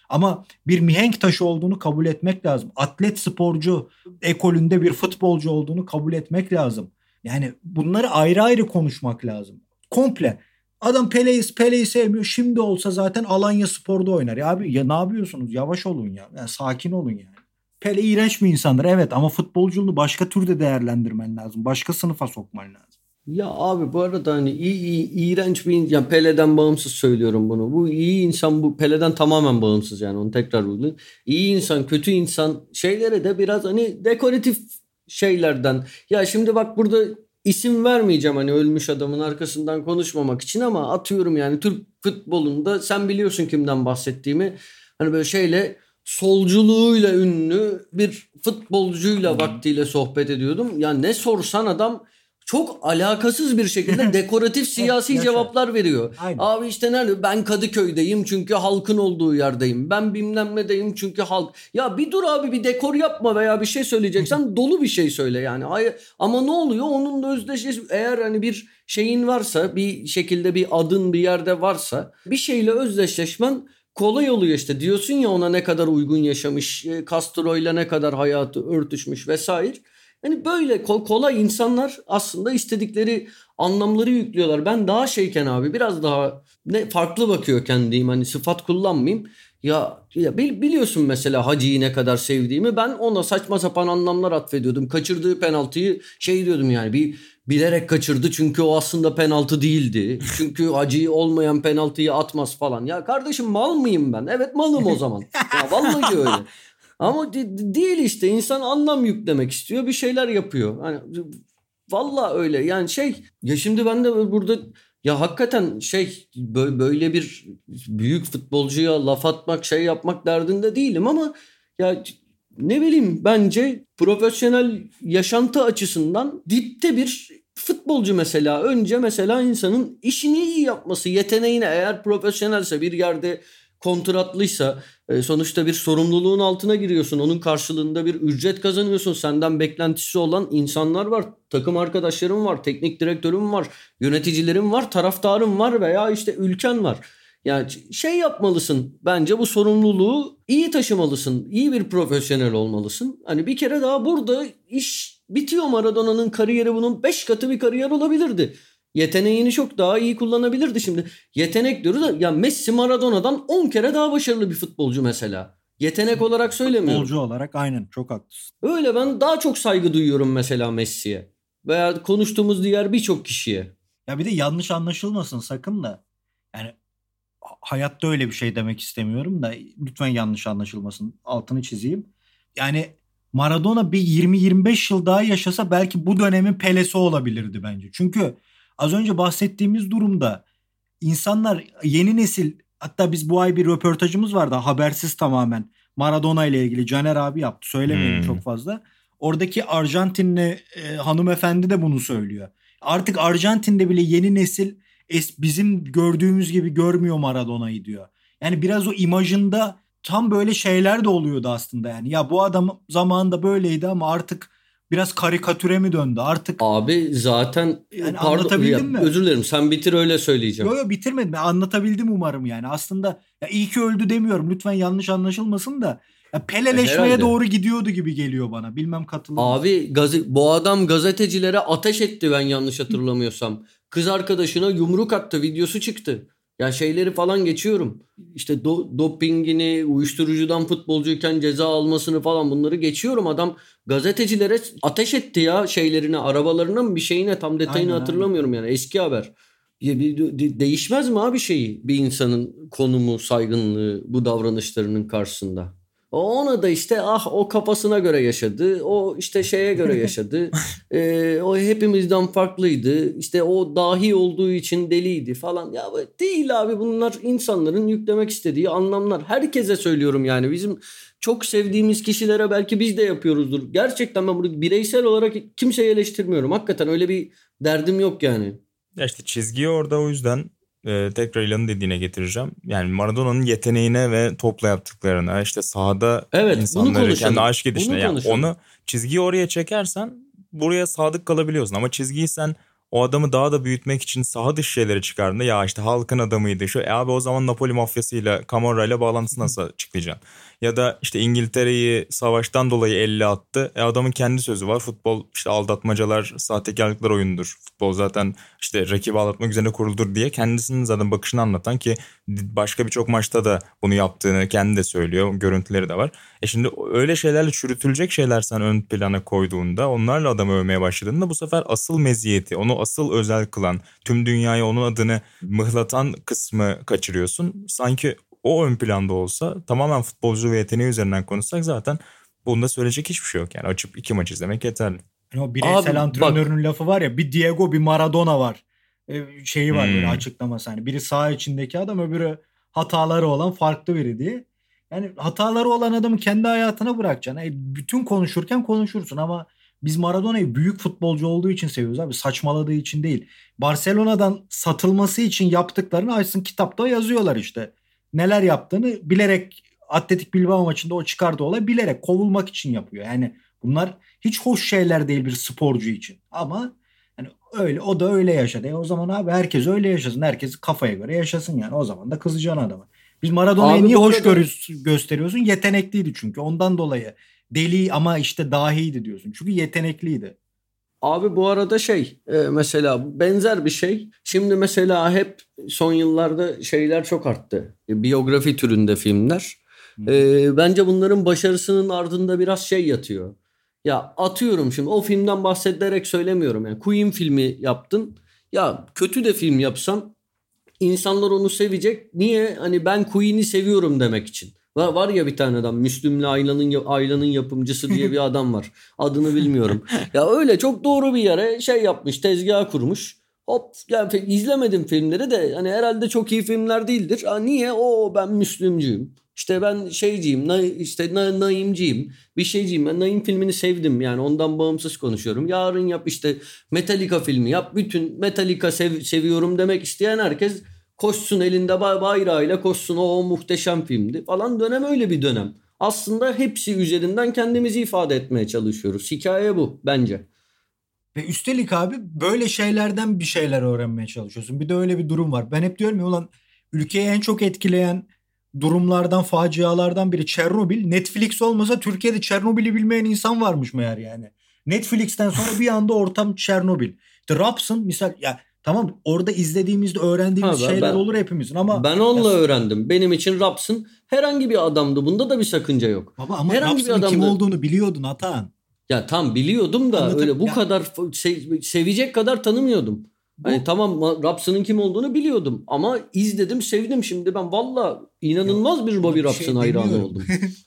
Ama bir mihenk taşı olduğunu kabul etmek lazım. Atlet sporcu ekolünde bir futbolcu olduğunu kabul etmek lazım. Yani bunları ayrı ayrı konuşmak lazım. Komple. Adam Pele'yi Pele'yi sevmiyor. Şimdi olsa zaten Alanya Spor'da oynar. Ya abi ya ne yapıyorsunuz? Yavaş olun ya. Yani sakin olun yani. Pele iğrenç bir insandır evet ama futbolculuğunu başka türde değerlendirmen lazım. Başka sınıfa sokman lazım. Ya abi bu arada hani iyi, iyi iğrenç bir yani Pele'den bağımsız söylüyorum bunu. Bu iyi insan bu Pele'den tamamen bağımsız yani onu tekrar vurgulayayım. İyi insan, kötü insan şeylere de biraz hani dekoratif şeylerden. Ya şimdi bak burada isim vermeyeceğim hani ölmüş adamın arkasından konuşmamak için ama atıyorum yani Türk futbolunda sen biliyorsun kimden bahsettiğimi. Hani böyle şeyle solculuğuyla ünlü bir futbolcuyla vaktiyle sohbet ediyordum. Ya ne sorsan adam çok alakasız bir şekilde dekoratif siyasi Yaşa. cevaplar veriyor. Aynen. Abi işte nerede? Ben Kadıköy'deyim çünkü halkın olduğu yerdeyim. Ben bilmem nedeyim çünkü halk. Ya bir dur abi bir dekor yapma veya bir şey söyleyeceksen dolu bir şey söyle yani. Hayır, ama ne oluyor? Onunla özdeşleş. Eğer hani bir şeyin varsa bir şekilde bir adın bir yerde varsa bir şeyle özdeşleşmen kolay oluyor işte. Diyorsun ya ona ne kadar uygun yaşamış, Castro'yla ne kadar hayatı örtüşmüş vesaire. Yani böyle kolay insanlar aslında istedikleri anlamları yüklüyorlar. Ben daha şeyken abi biraz daha ne farklı bakıyorken diyeyim hani sıfat kullanmayayım. Ya, ya biliyorsun mesela Hacı'yı ne kadar sevdiğimi ben ona saçma sapan anlamlar atfediyordum. Kaçırdığı penaltıyı şey diyordum yani bir bilerek kaçırdı çünkü o aslında penaltı değildi. Çünkü Hacı'yı olmayan penaltıyı atmaz falan. Ya kardeşim mal mıyım ben? Evet malım o zaman. Ya vallahi öyle. Ama de- değil işte insan anlam yüklemek istiyor bir şeyler yapıyor. Hani vallahi öyle yani şey ya şimdi ben de burada ya hakikaten şey böyle bir büyük futbolcuya laf atmak şey yapmak derdinde değilim ama ya ne bileyim bence profesyonel yaşantı açısından dipte bir futbolcu mesela önce mesela insanın işini iyi yapması yeteneğine eğer profesyonelse bir yerde kontratlıysa sonuçta bir sorumluluğun altına giriyorsun. Onun karşılığında bir ücret kazanıyorsun. Senden beklentisi olan insanlar var. Takım arkadaşların var. Teknik direktörün var. Yöneticilerin var. Taraftarın var veya işte ülken var. Yani şey yapmalısın. Bence bu sorumluluğu iyi taşımalısın. İyi bir profesyonel olmalısın. Hani bir kere daha burada iş bitiyor. Maradona'nın kariyeri bunun beş katı bir kariyer olabilirdi. Yeteneğini çok daha iyi kullanabilirdi şimdi. Yetenek diyoruz da ya Messi Maradona'dan on kere daha başarılı bir futbolcu mesela. Yetenek olarak söylemiyorum. Futbolcu olarak aynen çok haklısın. Öyle ben daha çok saygı duyuyorum mesela Messi'ye. Veya konuştuğumuz diğer birçok kişiye. Ya bir de yanlış anlaşılmasın sakın da. Yani hayatta öyle bir şey demek istemiyorum da lütfen yanlış anlaşılmasın. Altını çizeyim. Yani Maradona bir yirmi yirmi beş yıl daha yaşasa belki bu dönemin Pele'si olabilirdi bence. Çünkü az önce bahsettiğimiz durumda insanlar yeni nesil hatta biz bu ay bir röportajımız vardı habersiz tamamen Maradona ile ilgili Caner abi yaptı söylemeyelim hmm. çok fazla. Oradaki Arjantinli e, hanımefendi de bunu söylüyor. Artık Arjantin'de bile yeni nesil es, bizim gördüğümüz gibi görmüyor Maradona'yı diyor. Yani biraz o imajında tam böyle şeyler de oluyordu aslında yani. Ya bu adam zamanında böyleydi ama artık biraz karikatüre mi döndü artık? Abi zaten yani pardon, anlatabildim ya, mi? Özür dilerim sen bitir öyle söyleyeceğim. Yok yok bitirmedim. Ben anlatabildim umarım yani. Aslında ya iyi ki öldü demiyorum. Lütfen yanlış anlaşılmasın da. Ya Peleleşmeye Herhalde. doğru gidiyordu gibi geliyor bana. Bilmem katılır mısın? Abi gaz- bu adam gazetecilere ateş etti ben yanlış hatırlamıyorsam. Kız arkadaşına yumruk attı videosu çıktı. Ya şeyleri falan geçiyorum. İşte do- dopingini, uyuşturucudan futbolcuyken ceza almasını falan bunları geçiyorum. Adam gazetecilere ateş etti ya şeylerine, arabalarına mı bir şeyine tam detayını aynen, hatırlamıyorum aynen. Yani eski haber. Ya bir de- değişmez mi abi şeyi bir insanın konumu, saygınlığı bu davranışlarının karşısında? Ona da işte ah o kafasına göre yaşadı. O işte şeye göre yaşadı. ee, o hepimizden farklıydı. İşte o dahi olduğu için deliydi falan. Ya değil abi bunlar insanların yüklemek istediği anlamlar. Herkese söylüyorum yani bizim çok sevdiğimiz kişilere belki biz de yapıyoruzdur. Gerçekten ben bunu bireysel olarak kimseyi eleştirmiyorum. Hakikaten öyle bir derdim yok yani. Ya işte çizgiyi orada o yüzden Ee, tekrar İlhan'ın dediğine getireceğim. Yani Maradona'nın yeteneğine ve topla yaptıklarına işte sahada evet, insanları kendi aşk edişine yani onu çizgiyi oraya çekersen buraya sadık kalabiliyorsun ama çizgiyi sen o adamı daha da büyütmek için saha dışı şeyleri çıkardığında ya işte halkın adamıydı şu e abi o zaman Napoli mafyasıyla Camorra ile bağlantısı nasıl açıklayacaksın? Ya da işte İngiltere'yi savaştan dolayı elle attı. E adamın kendi sözü var. Futbol işte aldatmacalar, sahtekarlıklar oyunudur. Futbol zaten işte rakibi aldatmak üzerine kuruldur diye kendisinin zaten bakışını anlatan ki başka birçok maçta da bunu yaptığını kendi de söylüyor. Görüntüleri de var. E şimdi öyle şeylerle çürütülecek şeyler sen ön plana koyduğunda, onlarla adamı övmeye başladığında bu sefer asıl meziyeti, onu asıl özel kılan, tüm dünyaya onun adını mıhlatan kısmı kaçırıyorsun. Sanki o ön planda olsa, tamamen futbolcu ve yeteneği üzerinden konuşsak zaten bunda söyleyecek hiçbir şey yok. Yani açıp iki maç izlemek yeterli. Yani o bireysel Abi, antrenörün bak. lafı var ya, bir Diego bir Maradona var. Ee, şeyi var hmm. böyle açıklaması. Hani biri saha içindeki adam, öbürü hataları olan farklı biri diye. Yani hataları olan adamı kendi hayatına bırakacaksın. Yani bütün konuşurken konuşursun ama biz Maradona'yı büyük futbolcu olduğu için seviyoruz abi. Saçmaladığı için değil. Barcelona'dan satılması için yaptıklarını açsın kitapta yazıyorlar işte. Neler yaptığını bilerek, Atletik Bilbao maçında o çıkardığı olay bilerek kovulmak için yapıyor. Yani bunlar hiç hoş şeyler değil bir sporcu için. Ama yani öyle, o da öyle yaşadı. E o zaman abi herkes öyle yaşasın. Herkes kafaya göre yaşasın yani. O zaman da kızacaksın adama. Biz Maradona'yı niye hoş arada... gösteriyorsun? Yetenekliydi çünkü. Ondan dolayı deli ama işte dahiydi diyorsun. Çünkü yetenekliydi. Abi bu arada şey e, mesela benzer bir şey. Şimdi mesela hep son yıllarda şeyler çok arttı. E, biyografi türünde filmler. E, bence bunların başarısının ardında biraz şey yatıyor. Ya atıyorum şimdi o filmden bahsederek söylemiyorum. Yani Queen filmi yaptın. Ya kötü de film yapsan insanlar onu sevecek. Niye? Hani ben Queen'i seviyorum demek için. Var, var ya bir tane adam, Müslüm'le Ayla'nın Ayla'nın yapımcısı diye bir adam var. Adını bilmiyorum. Ya öyle çok doğru bir yere şey yapmış, tezgah kurmuş. Hop yani izlemedim filmleri de hani herhalde çok iyi filmler değildir. Ha, niye? O ben Müslümcüyüm. İşte ben şeyciyim, na, işte na, Naimciyim, bir şeyciyim. Ben Naim filmini sevdim yani ondan bağımsız konuşuyorum. Yarın yap işte Metallica filmi yap. Bütün Metallica sev, seviyorum demek isteyen herkes koşsun elinde bayrağıyla koşsun o, o muhteşem filmdi falan, dönem öyle bir dönem. Aslında hepsi üzerinden kendimizi ifade etmeye çalışıyoruz. Hikaye bu bence. Ve üstelik abi böyle şeylerden bir şeyler öğrenmeye çalışıyorsun. Bir de öyle bir durum var. Ben hep diyorum ya ulan ülkeyi en çok etkileyen durumlardan, facialardan biri Çernobil. Netflix olmasa Türkiye'de Çernobil'i bilmeyen insan varmış meğer yani. Netflix'ten sonra bir anda ortam Çernobil. İşte Raps'ın misal ya tamam orada izlediğimizde öğrendiğimiz ha, şeyler ben, olur hepimizin ama ben onunla ya, öğrendim. Benim için Raps'ın herhangi bir adamdı. Bunda da bir sakınca yok. Baba ama Raps'ın kim olduğunu biliyordun Atan. Ya tam biliyordum da Anladım. öyle bu ya. kadar sev, sevecek kadar tanımıyordum. Bu... Hani tamam Raps'ın kim olduğunu biliyordum ama izledim, sevdim. Şimdi ben valla inanılmaz Yok, bir Bobby Raps'ın şey hayranı oldum.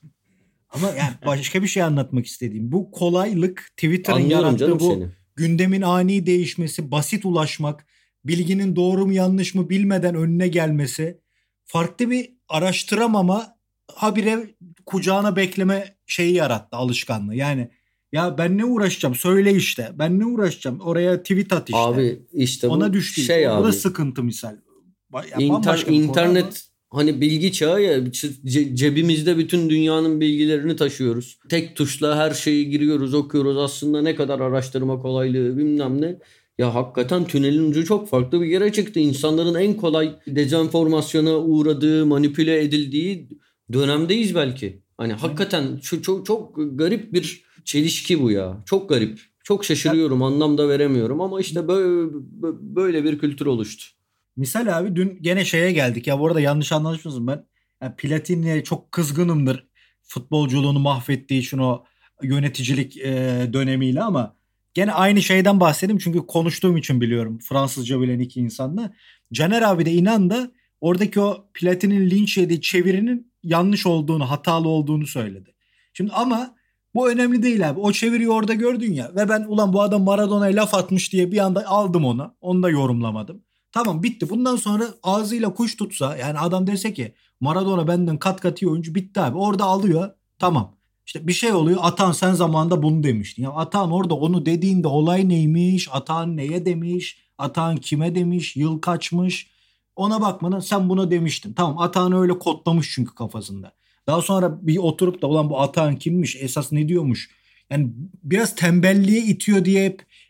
Ama yani başka bir şey anlatmak istediğim. Bu kolaylık, Twitter'ın Anlıyorum yarattığı bu seni. Gündemin ani değişmesi, basit ulaşmak, bilginin doğru mu yanlış mı bilmeden önüne gelmesi, farklı bir araştıramama, habire kucağına bekleme şeyi yarattı, alışkanlığı. Yani ya ben ne uğraşacağım? Söyle işte. Ben ne uğraşacağım? Oraya tweet at işte. Abi işte ona bu düştü. şey o abi. da sıkıntı misal. Ya İnter, internet hani bilgi çağı ya, ce- cebimizde bütün dünyanın bilgilerini taşıyoruz. Tek tuşla her şeyi giriyoruz, okuyoruz. Aslında ne kadar araştırma kolaylığı bilmem ne. Ya hakikaten tünelin ucu çok farklı bir yere çıktı. İnsanların en kolay dezenformasyona uğradığı, manipüle edildiği dönemdeyiz belki. Hani hakikaten şu çok çok garip bir çelişki bu ya. Çok garip. Çok şaşırıyorum, ya, anlam da veremiyorum ama işte böyle böyle bir kültür oluştu. Misal abi dün gene şeye geldik ya, bu arada yanlış anlaşılmasın, ben yani Platini'ye çok kızgınımdır futbolculuğunu mahvettiği için o yöneticilik e, dönemiyle, ama gene aynı şeyden bahsedeyim çünkü konuştuğum için biliyorum, Fransızca bilen iki insanla. Caner abi de inan da oradaki o Platini'nin linç yediği çevirinin yanlış olduğunu, hatalı olduğunu söyledi. Şimdi ama bu önemli değil abi. O çeviriyi orada gördün ya ve ben ulan bu adam Maradona'ya laf atmış diye bir anda aldım onu. Onu da yorumlamadım. Tamam bitti. Bundan sonra ağzıyla kuş tutsa, yani adam dese ki Maradona benden kat kat iyi oyuncu, bitti abi. Orada alıyor. Tamam. İşte bir şey oluyor. Atan sen zamanında bunu demiştin. Ya Atan orada onu dediğinde olay neymiş? Atan neye demiş? Atan kime demiş? Yıl kaçmış? Ona bakmadan sen buna demiştin. Tamam, Atan öyle kodlamış çünkü kafasında. Daha sonra bir oturup da ulan bu Atan kimmiş? Esas ne diyormuş? Yani biraz tembelliğe itiyor diye hep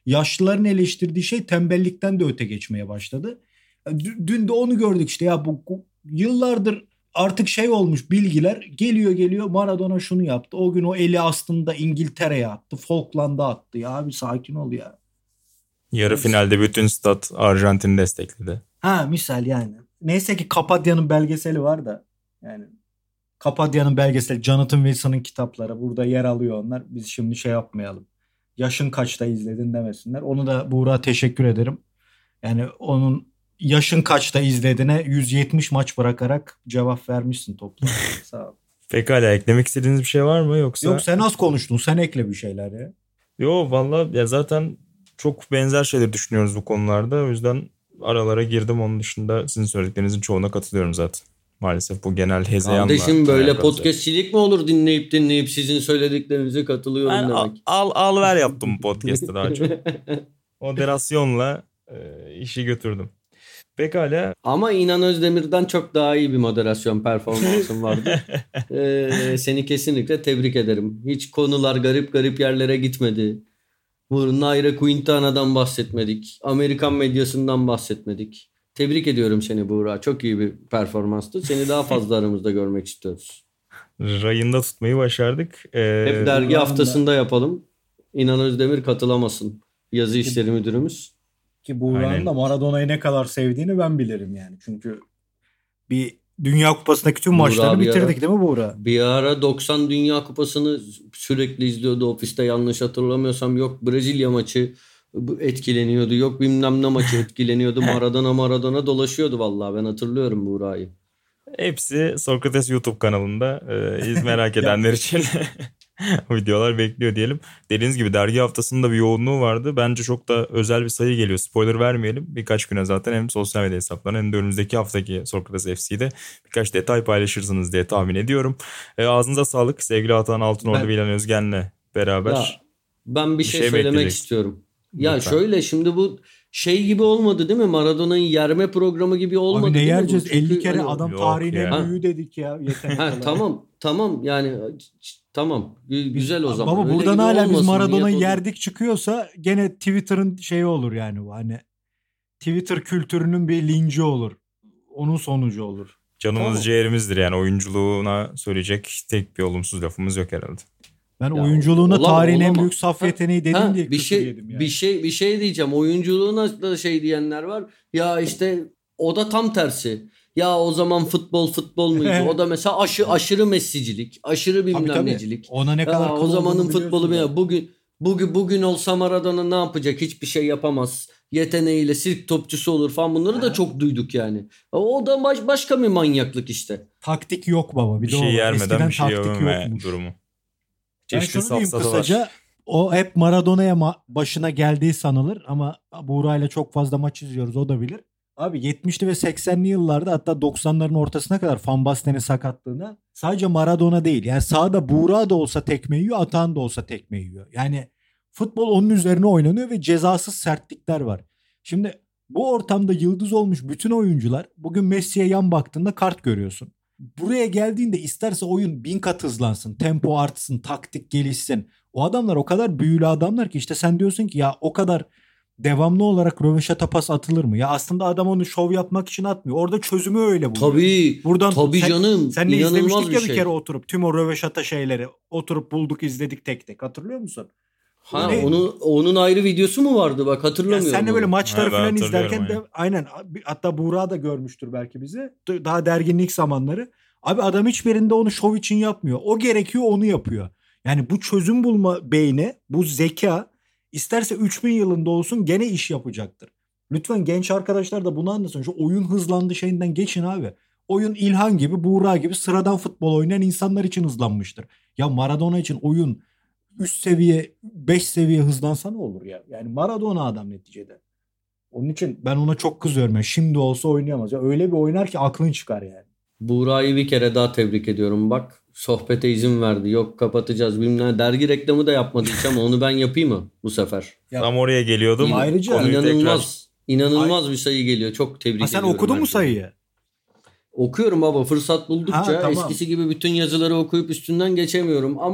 yaşlıların eleştirdiği şey tembellikten de öte geçmeye başladı. Dün de onu gördük işte ya bu, bu yıllardır artık şey olmuş bilgiler geliyor geliyor Maradona şunu yaptı. O gün o eli aslında İngiltere'ye attı. Falkland'a attı. Ya abi sakin ol ya. Yarı finalde bütün stat Arjantin'i destekledi. Ha misal yani. Neyse ki Kapadya'nın belgeseli var da yani Kapadya'nın belgeseli Jonathan Wilson'ın kitapları burada yer alıyor onlar. Biz şimdi şey yapmayalım. Yaşın kaçta izledin demesinler. Onu da Buğra teşekkür ederim. Yani onun yaşın kaçta izlediğine yüz yetmiş maç bırakarak cevap vermişsin toplam. Sağ ol. Pekala eklemek istediğiniz bir şey var mı yoksa? Yok sen az konuştun. Sen ekle bir şeyler ya. Yok valla ya zaten çok benzer şeyler düşünüyoruz bu konularda. O yüzden aralara girdim. Onun dışında sizin söylediklerinizin çoğuna katılıyorum zaten. Maalesef bu genel hezeyanla. Kardeşim böyle podcastçilik mi olur dinleyip dinleyip sizin söylediklerinize katılıyorum ben demek. Al, al ver yaptım bu podcast'te daha çok. Moderasyonla e, işi götürdüm. Pekala. Ama İnan Özdemir'den çok daha iyi bir moderasyon performansın vardı. ee, seni kesinlikle tebrik ederim. Hiç konular garip garip yerlere gitmedi. Bu Naira Quintana'dan bahsetmedik. Amerikan medyasından bahsetmedik. Tebrik ediyorum seni Buğra. Çok iyi bir performanstı. Seni daha fazla aramızda görmek istiyoruz. Rayında tutmayı başardık. Ee, Hep dergi haftasında da yapalım. İnan Özdemir katılamasın. Yazı işleri müdürümüz. Ki Buğra'nın da Maradona'yı ne kadar sevdiğini ben bilirim yani. Çünkü bir Dünya Kupası'ndaki tüm Buğra maçlarını bir bitirdik ara, değil mi Buğra? Bir ara doksan Dünya Kupası'nı sürekli izliyordu ofiste yanlış hatırlamıyorsam. Yok Brezilya maçı etkileniyordu. Yok bilmem ne maçı etkileniyordu. Maradona Maradona dolaşıyordu vallahi ben hatırlıyorum Buğra'yı. Hepsi Sokrates YouTube kanalında. Ee, merak edenler için videolar bekliyor diyelim. Dediğiniz gibi dergi haftasında bir yoğunluğu vardı. Bence çok da özel bir sayı geliyor. Spoiler vermeyelim. Birkaç güne zaten hem sosyal medya hesaplarına hem de önümüzdeki haftaki Sokrates F C'de birkaç detay paylaşırsınız diye tahmin ediyorum. E, ağzınıza sağlık sevgili Atahan Altınordu ben... ve İlhan Özgen'le beraber. Ya, ben bir, bir şey, şey söylemek istiyorum. Ya Lütfen. Şöyle şimdi bu şey gibi olmadı değil mi? Maradona'nın yerme programı gibi olmadı. Abi ne değil yereceğiz? mi? elli kere hani... adam tarihin en büyüğü dedik ya. Ha, tamam tamam yani tamam güzel o zaman. Baba Öyle buradan hala biz Maradona'yı yerdik olur. Çıkıyorsa gene Twitter'ın şeyi olur yani bu hani Twitter kültürünün bir linci olur. Onun sonucu olur. Canımız tamam. Ciğerimizdir yani oyunculuğuna söyleyecek tek bir olumsuz lafımız yok herhalde. Ben ya, oyunculuğuna olama, tarihin olama. en büyük saf yeteneği dedim ha, diye bir şey yedim yani. bir şey bir şey diyeceğim. Oyunculuğuna da şey diyenler var. Ya işte o da tam tersi. Ya o zaman futbol futbol muydu? O da mesela aşı, aşırı Messi'cilik, aşırı bilmem necilik. Ona ne kadar ya, o zamanın futbolu ya bugün bugün bugün olsa Maradona ne yapacak? Hiçbir şey yapamaz. Yeteneğiyle sirk topçusu olur falan bunları da çok duyduk yani. O da baş, başka bir manyaklık işte. Taktik yok baba. Bir, bir şey yermeden bir şey yapamama durumu. Ben şunu diyeyim kısaca var. O hep Maradona'ya ma- başına geldiği sanılır ama Buğra'yla çok fazla maç izliyoruz o da bilir. Abi yetmişli ve seksenli yıllarda hatta doksanların ortasına kadar Van Basten'in sakatlığına sadece Maradona değil. Yani sahada Buğra da olsa tekme yiyor, Atahan da olsa tekme yiyor. Yani futbol onun üzerine oynanıyor ve cezasız sertlikler var. Şimdi bu ortamda yıldız olmuş bütün oyuncular bugün Messi'ye yan baktığında kart görüyorsun. Buraya geldiğinde isterse oyun bin kat hızlansın, tempo artsın, taktik gelişsin. O adamlar o kadar büyülü adamlar ki işte sen diyorsun ki ya o kadar devamlı olarak röveşata pas atılır mı? Ya aslında adam onu şov yapmak için atmıyor. Orada çözümü öyle buluyor. Tabii. Buradan tabii sen, canım. Senle izlemiştik bir ya bir şey. kere oturup tüm o röveşata şeyleri oturup bulduk izledik tek tek. Hatırlıyor musun? Ha ne? onu onun ayrı videosu mu vardı bak hatırlamıyorum. Ya sen de böyle maçları ha, falan izlerken de aynen hatta Buğra da görmüştür belki bizi. Daha derginin ilk zamanları. Abi adam hiçbirinde onu şov için yapmıyor. O gerekiyor onu yapıyor. Yani bu çözüm bulma beyni, bu zeka isterse üç bin yılında olsun gene iş yapacaktır. Lütfen genç arkadaşlar da bunu anlasın. Şu oyun hızlandı şeyinden geçin abi. Oyun İlhan gibi, Buğra gibi sıradan futbol oynayan insanlar için hızlanmıştır. Ya Maradona için oyun üst seviye, beş seviye hızlansa ne olur ya? Yani Maradona adam neticede. Onun için ben ona çok kızıyorum. Yani şimdi olsa oynayamaz. Ya öyle bir oynar ki aklın çıkar yani. Buğra'yı bir kere daha tebrik ediyorum. Bak sohbete izin verdi. Yok kapatacağız bilmem ne. Dergi reklamı da yapmadı hiç ama onu ben yapayım mı bu sefer? Tam oraya geliyordum. İn- Ayrıca inanılmaz. Tekrar... İnanılmaz Ay- bir sayı geliyor. Çok tebrik ha, ediyorum. Sen okudun mu sayıyı? Okuyorum baba. Fırsat buldukça ha, tamam. Eskisi gibi bütün yazıları okuyup üstünden geçemiyorum. Ama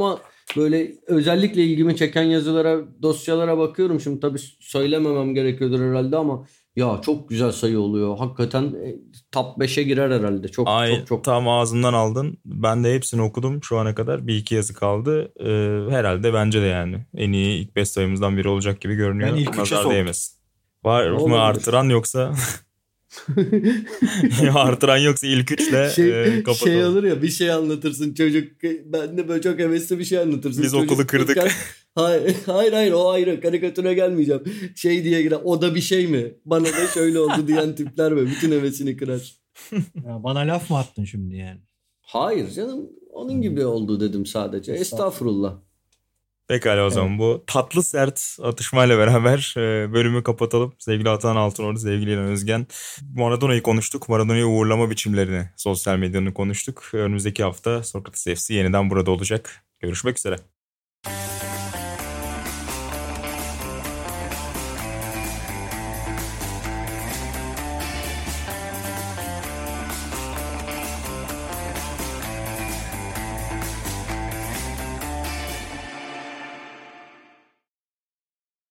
böyle özellikle ilgimi çeken yazılara, dosyalara bakıyorum. Şimdi tabii söylememem gerekiyordur herhalde ama ya çok güzel sayı oluyor. Hakikaten e, top beşe girer herhalde. Çok Ay, çok çok. tam ağzımdan aldın. Ben de hepsini okudum şu ana kadar. Bir iki yazı kaldı. Ee, herhalde bence de yani. En iyi ilk beş sayımızdan biri olacak gibi görünüyor. Ben ilk üçe Nazar soktum. değmesin. Var mı Olabilir. artıran yoksa? Artıran yoksa ilk üçle Şey, e, kapatalım. şey olur ya, bir şey anlatırsın çocuk. Ben de böyle çok hevesli bir şey anlatırsın. Biz Çocuk okulu kırdık. çocukken- hayır, hayır hayır o ayrı, karikatüre gelmeyeceğim. Şey diye girer, o da bir şey mi? Bana da şöyle oldu diyen tipler ve bütün hevesini kırar. Ya bana laf mı attın şimdi yani? Hayır canım, onun gibi oldu dedim sadece. Estağfurullah. Pekala o zaman bu tatlı sert atışmayla beraber e, bölümü kapatalım. Sevgili Atahan Altınordu, sevgili İlhan Özgen. Maradona'yı konuştuk. Maradona'yı uğurlama biçimlerini, sosyal medyanın konuştuk. Önümüzdeki hafta Sokrates F C yeniden burada olacak. Görüşmek üzere.